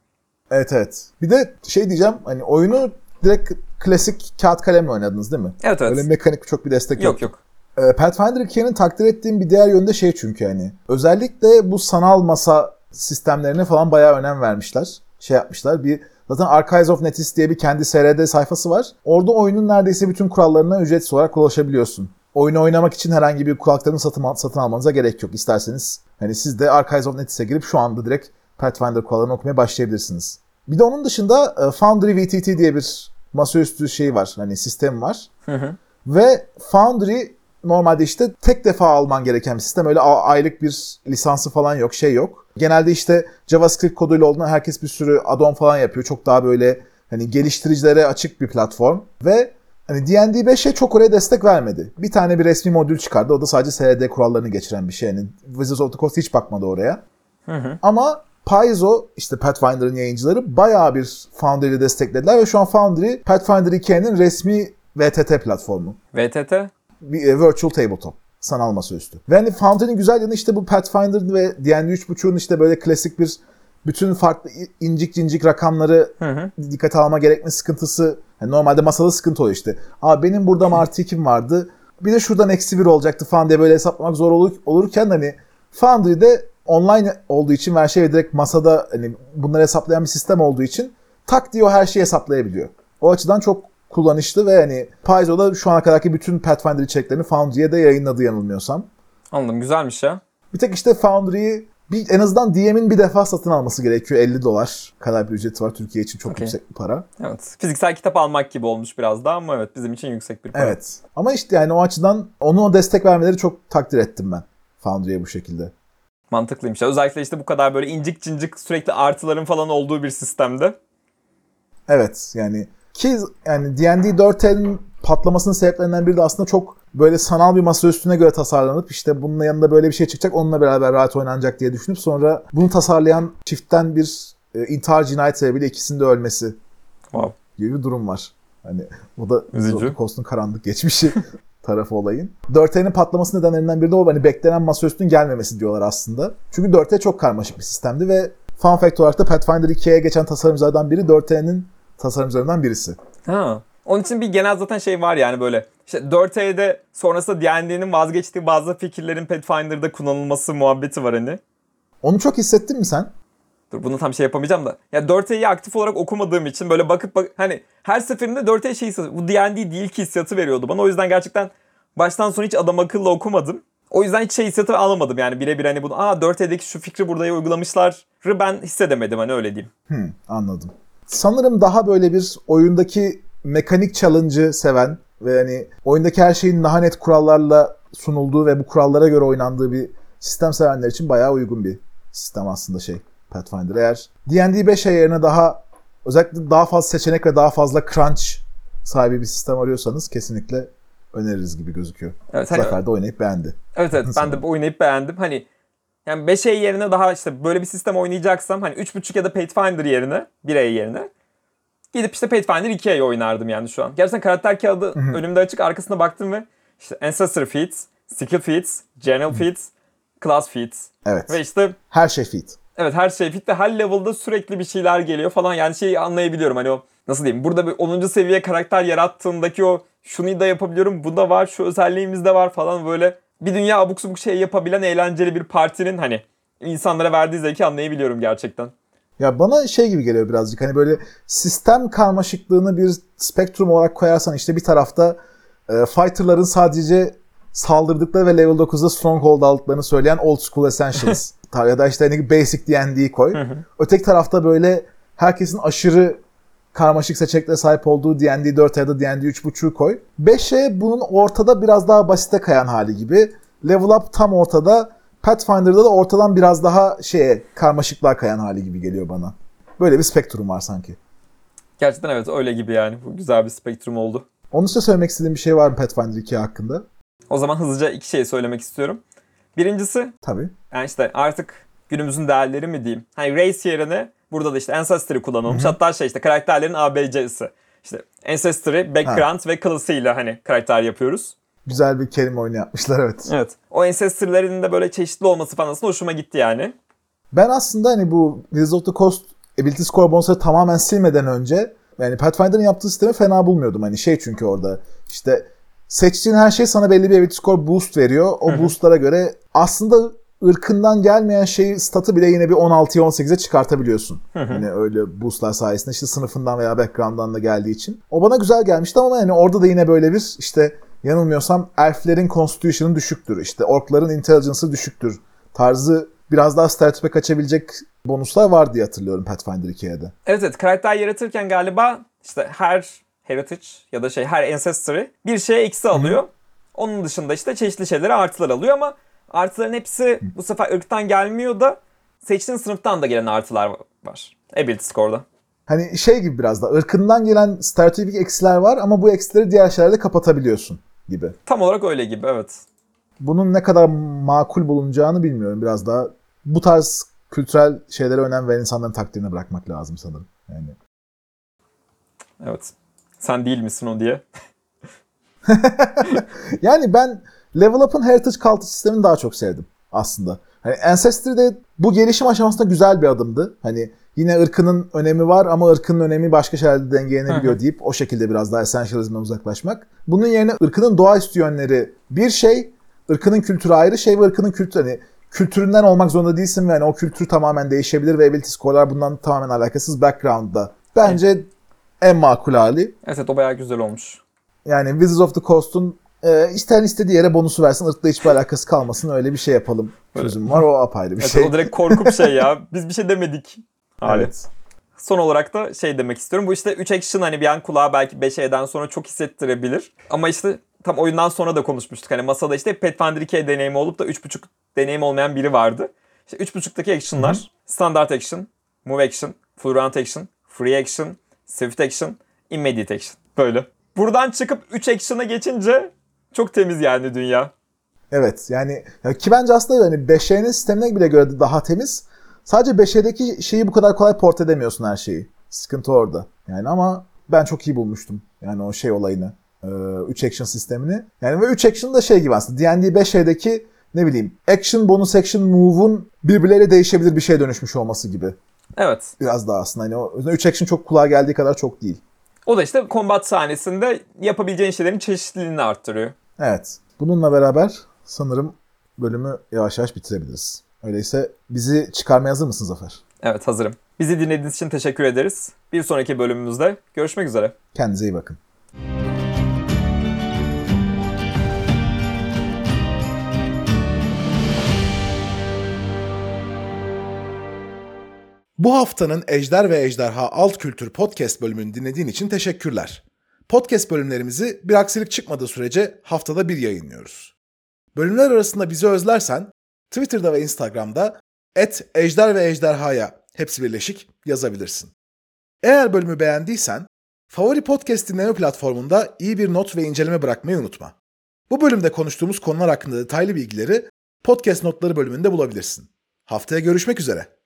Evet evet. Bir de şey diyeceğim hani oyunu direkt klasik kağıt kalemle oynadınız değil mi? Evet evet. Öyle mekanik çok bir destek yok. Yok yok. Pathfinder iki'nin takdir ettiğim bir diğer yönde şey çünkü hani özellikle bu sanal masa sistemlerine falan bayağı önem vermişler. Şey yapmışlar bir zaten Archives of Netis diye bir kendi S R D sayfası var. Orada oyunun neredeyse bütün kurallarına ücretsiz olarak ulaşabiliyorsun. Oyunu oynamak için herhangi bir kulaklarını satın, satın almanıza gerek yok. İsterseniz hani siz de Archives of Netis'e girip şu anda direkt Pathfinder kurallarını okumaya başlayabilirsiniz. Bir de onun dışında Foundry V T T diye bir masaüstü şey var. Hani sistem var. Hı hı. Ve Foundry normalde işte tek defa alman gereken bir sistem. Öyle aylık bir lisansı falan yok, şey yok. Genelde işte JavaScript koduyla olduğunda herkes bir sürü add-on falan yapıyor. Çok daha böyle hani geliştiricilere açık bir platform. Ve hani D and D beşe çok oraya destek vermedi. Bir tane bir resmi modül çıkardı. O da sadece S R D kurallarını geçiren bir şey. Yani Wizards of the Coast hiç bakmadı oraya. Hı hı. Ama Paizo, işte Pathfinder'ın yayıncıları bayağı bir Foundry'yi desteklediler. Ve şu an Foundry, Pathfinder iki'nin resmi V T T platformu. V T T? Bir e, virtual tabletop. Sanal masaüstü. Ve hani Foundry'nin güzel yanı işte bu Pathfinder ve D and D üç buçuk'un işte böyle klasik bir bütün farklı incik cincik rakamları hı hı. dikkate alma gerekme sıkıntısı. Yani normalde masada sıkıntı oluyor işte. Aa benim burada mı artı ikim vardı. Bir de şuradan eksi bir olacaktı falan diye böyle hesaplamak zor olur, olurken hani Foundry'de online olduğu için her şey direkt masada hani bunları hesaplayan bir sistem olduğu için tak diye o her şeyi hesaplayabiliyor. O açıdan çok kullanışlı ve hani Paizo'da şu ana kadarki bütün Pathfinder içeriklerini Foundry'ye de yayınladı yanılmıyorsam. Anladım, güzelmiş ya. Bir tek işte Foundry'yi bir, en azından D M'in bir defa satın alması gerekiyor. elli dolar kadar bir ücreti var. Türkiye için çok okay. yüksek bir para. Evet. Fiziksel kitap almak gibi olmuş biraz daha ama evet bizim için yüksek bir para. Evet. Ama işte yani o açıdan onun o destek vermeleri çok takdir ettim ben Foundry'ye bu şekilde. Mantıklıymış. Özellikle işte bu kadar böyle incik cincik sürekli artıların falan olduğu bir sistemde. Evet yani ki yani D and D dört E'nin patlamasının sebeplerinden biri de aslında çok böyle sanal bir masa üstüne göre tasarlanıp işte bunun yanında böyle bir şey çıkacak onunla beraber rahat oynanacak diye düşünüp sonra bunu tasarlayan çiftten bir e, intihar cinayet sebebiyle ikisinin de ölmesi wow. gibi bir durum var. Hani o da Kost'un karanlık geçmişi tarafı olayın. dört E'nin patlaması nedenlerinden biri de o hani beklenen masaüstünün gelmemesi diyorlar aslında. Çünkü dört E çok karmaşık bir sistemdi ve fun fact olarak da Pathfinder iki'ye geçen tasarımcılardan biri dört E'nin tasarımcılarından birisi. Ha. Onun için bir genel zaten şey var yani böyle işte dört E'de sonrasında D and D'nin vazgeçtiği bazı fikirlerin Pathfinder'da kullanılması muhabbeti var hani. Onu çok hissettin mi sen? Dur bunu tam şey yapamayacağım da. Ya dört E'yi aktif olarak okumadığım için böyle bakıp bak hani her seferinde dört E şey hissiyatı, bu D and D değil ki hissiyatı veriyordu bana. O yüzden gerçekten baştan sona hiç adam akıllı okumadım. O yüzden hiç şey hissiyatı alamadım yani birebir hani bunu aa dört E'deki şu fikri burada uygulamışları ben hissedemedim hani öyle diyeyim. Hmm, anladım. Sanırım daha böyle bir oyundaki mekanik challenge'ı seven ve hani oyundaki her şeyin daha net kurallarla sunulduğu ve bu kurallara göre oynandığı bir sistem sevenler için bayağı uygun bir sistem aslında şey Pathfinder. Eğer D and D beş E yerine daha özellikle daha fazla seçenek ve daha fazla crunch sahibi bir sistem arıyorsanız kesinlikle öneririz gibi gözüküyor. Evet, hani, Zafer de oynayıp beğendi. Evet evet ben de oynayıp beğendim. Hani yani beş E yerine daha işte böyle bir sistem oynayacaksam hani üç buçuk ya da Pathfinder yerine bir E yerine gidip işte Pathfinder iki E oynardım yani şu an. Gerçekten karakter kağıdı önümde açık, arkasına baktım ve işte Ancestor Feats, Skill Feats, General Feats, Class Feats. Evet. Ve işte her şey feat. Evet her şey fit ve her level'da sürekli bir şeyler geliyor falan. Yani şeyi anlayabiliyorum hani o nasıl diyeyim. Burada bir onuncu seviye karakter yarattığındaki o şunu da yapabiliyorum, bu da var, şu özelliğimiz de var falan böyle. Bir dünya abuk subuk şey yapabilen eğlenceli bir partinin hani insanlara verdiği zevki anlayabiliyorum gerçekten. Ya bana şey gibi geliyor birazcık hani böyle sistem karmaşıklığını bir spektrum olarak koyarsan işte bir tarafta e, fighter'ların sadece saldırdıkları ve level dokuzda stronghold aldıklarını söyleyen old school essentials ya da işte hani basic D and D'yi koy. Hı hı. Öteki tarafta böyle herkesin aşırı karmaşık seçeneklere sahip olduğu D and D dört ya da D and D üç buçuğu koy. beş E bunun ortada biraz daha basite kayan hali gibi. Level Up tam ortada. Pathfinder'da da ortadan biraz daha şeye karmaşıklığa kayan hali gibi geliyor bana. Böyle bir spektrum var sanki. Gerçekten evet öyle gibi yani. Bu güzel bir spektrum oldu. Onun için söylemek istediğim bir şey var mı Pathfinder iki hakkında? O zaman hızlıca iki şey söylemek istiyorum. Birincisi, tabii. Yani işte artık günümüzün değerleri mi diyeyim. Hani race yerine burada da işte Ancestry kullanılmış. Hı-hı. Hatta şey işte karakterlerin A B C'si. İşte Ancestry, background ha. ve class'ıyla hani karakter yapıyoruz. Güzel bir kelime oyunu yapmışlar evet. Evet. O Ancestry'lerin de böyle çeşitli olması falan aslında hoşuma gitti yani. Ben aslında hani bu Wizards of the Coast Ability Score bonusları tamamen silmeden önce yani Pathfinder'ın yaptığı sistemi fena bulmuyordum. Hani şey çünkü orada işte seçtiğin her şey sana belli bir ability score boost veriyor. O Hı-hı. boostlara göre aslında ırkından gelmeyen şeyi statı bile yine bir on altıya on sekize çıkartabiliyorsun. Hı-hı. Hani öyle boostlar sayesinde işte sınıfından veya background'dan da geldiği için. O bana güzel gelmişti ama yani orada da yine böyle bir işte yanılmıyorsam elflerin constitution'ı düşüktür. İşte orkların intelligence'ı düşüktür. Tarzı biraz daha stereotipe kaçabilecek bonuslar var diye hatırlıyorum Pathfinder iki'ye de. Evet evet karakter yaratırken galiba işte her heritage ya da şey her ancestry bir şeye eksi alıyor. Hı-hı. Onun dışında işte çeşitli şeylere artılar alıyor ama artıların hepsi Hı. bu sefer ırktan gelmiyor da seçtiğin sınıftan da gelen artılar var. Ability score'da. Hani şey gibi biraz da ırkından gelen stereotipik eksiler var ama bu eksileri diğer şeylerle kapatabiliyorsun gibi. Tam olarak öyle gibi evet. Bunun ne kadar makul bulunacağını bilmiyorum. Biraz daha bu tarz kültürel şeylere önem veren insanların takdirine bırakmak lazım sanırım. Yani. Evet. Sen değil misin o diye. Yani ben Level Up'ın Heritage Cult sistemini daha çok sevdim aslında. Hani Ancestry'de bu gelişim aşamasında güzel bir adımdı. Hani yine ırkının önemi var ama ırkının önemi başka şeylerde dengelenebiliyor deyip o şekilde biraz daha essentialism'dan uzaklaşmak. Bunun yerine ırkının doğaüstü yönleri bir şey, ırkının kültürü ayrı şey ve ırkının kültürü hani kültüründen olmak zorunda değilsin ve hani o kültür tamamen değişebilir ve ability score'lar bundan tamamen alakasız background'da. Bence evet. en makul hali. Evet o bayağı güzel olmuş. Yani Wizards of the Coast'un e, isteyen istediği yere bonusu versin, ırkla hiçbir alakası kalmasın öyle bir şey yapalım. Çözüm var o apayrı bir evet, şey. O direkt korkup şey ya biz bir şey demedik. Hali. Evet. Son olarak da şey demek istiyorum. Bu işte üç action hani bir an kulağa belki beş E'den sonra çok hissettirebilir. Ama işte tam oyundan sonra da konuşmuştuk. Hani masada işte Pathfinder iki E deneyimi olup da üç buçuk deneyim olmayan biri vardı. İşte üç buçuktaki action'lar Hı-hı. standard action, move action, full round action, free action, swift action, immediate action. Böyle. Buradan çıkıp üç action'a geçince çok temiz yani dünya. Evet yani ki bence aslında hani beş E'nin sistemine bile göre daha temiz. Sadece beş E'deki şeyi bu kadar kolay port edemiyorsun her şeyi. Sıkıntı orada. Yani ama ben çok iyi bulmuştum. Yani o şey olayını. üç action sistemini. Yani ve üç action da şey gibi aslında. D and D beş E'deki ne bileyim action, bonus action, move'un birbirleriyle değişebilir bir şeye dönüşmüş olması gibi. Evet. Biraz daha aslında. Yani o yüzden üç action çok kulağa geldiği kadar çok değil. O da işte combat sahnesinde yapabileceğin şeylerin çeşitliliğini arttırıyor. Evet. Bununla beraber sanırım bölümü yavaş yavaş bitirebiliriz. Öyleyse bizi çıkarmaya hazır mısın Zafer? Evet, hazırım. Bizi dinlediğiniz için teşekkür ederiz. Bir sonraki bölümümüzde görüşmek üzere. Kendinize iyi bakın. Bu haftanın Ejder ve Ejderha Alt Kültür Podcast bölümünü dinlediğin için teşekkürler. Podcast bölümlerimizi bir aksilik çıkmadığı sürece haftada bir yayınlıyoruz. Bölümler arasında bizi özlersen Twitter'da ve Instagram'da et ejder ve ejderhaya hepsi birleşik yazabilirsin. Eğer bölümü beğendiysen favori podcast dinleme platformunda iyi bir not ve inceleme bırakmayı unutma. Bu bölümde konuştuğumuz konular hakkında detaylı bilgileri podcast notları bölümünde bulabilirsin. Haftaya görüşmek üzere.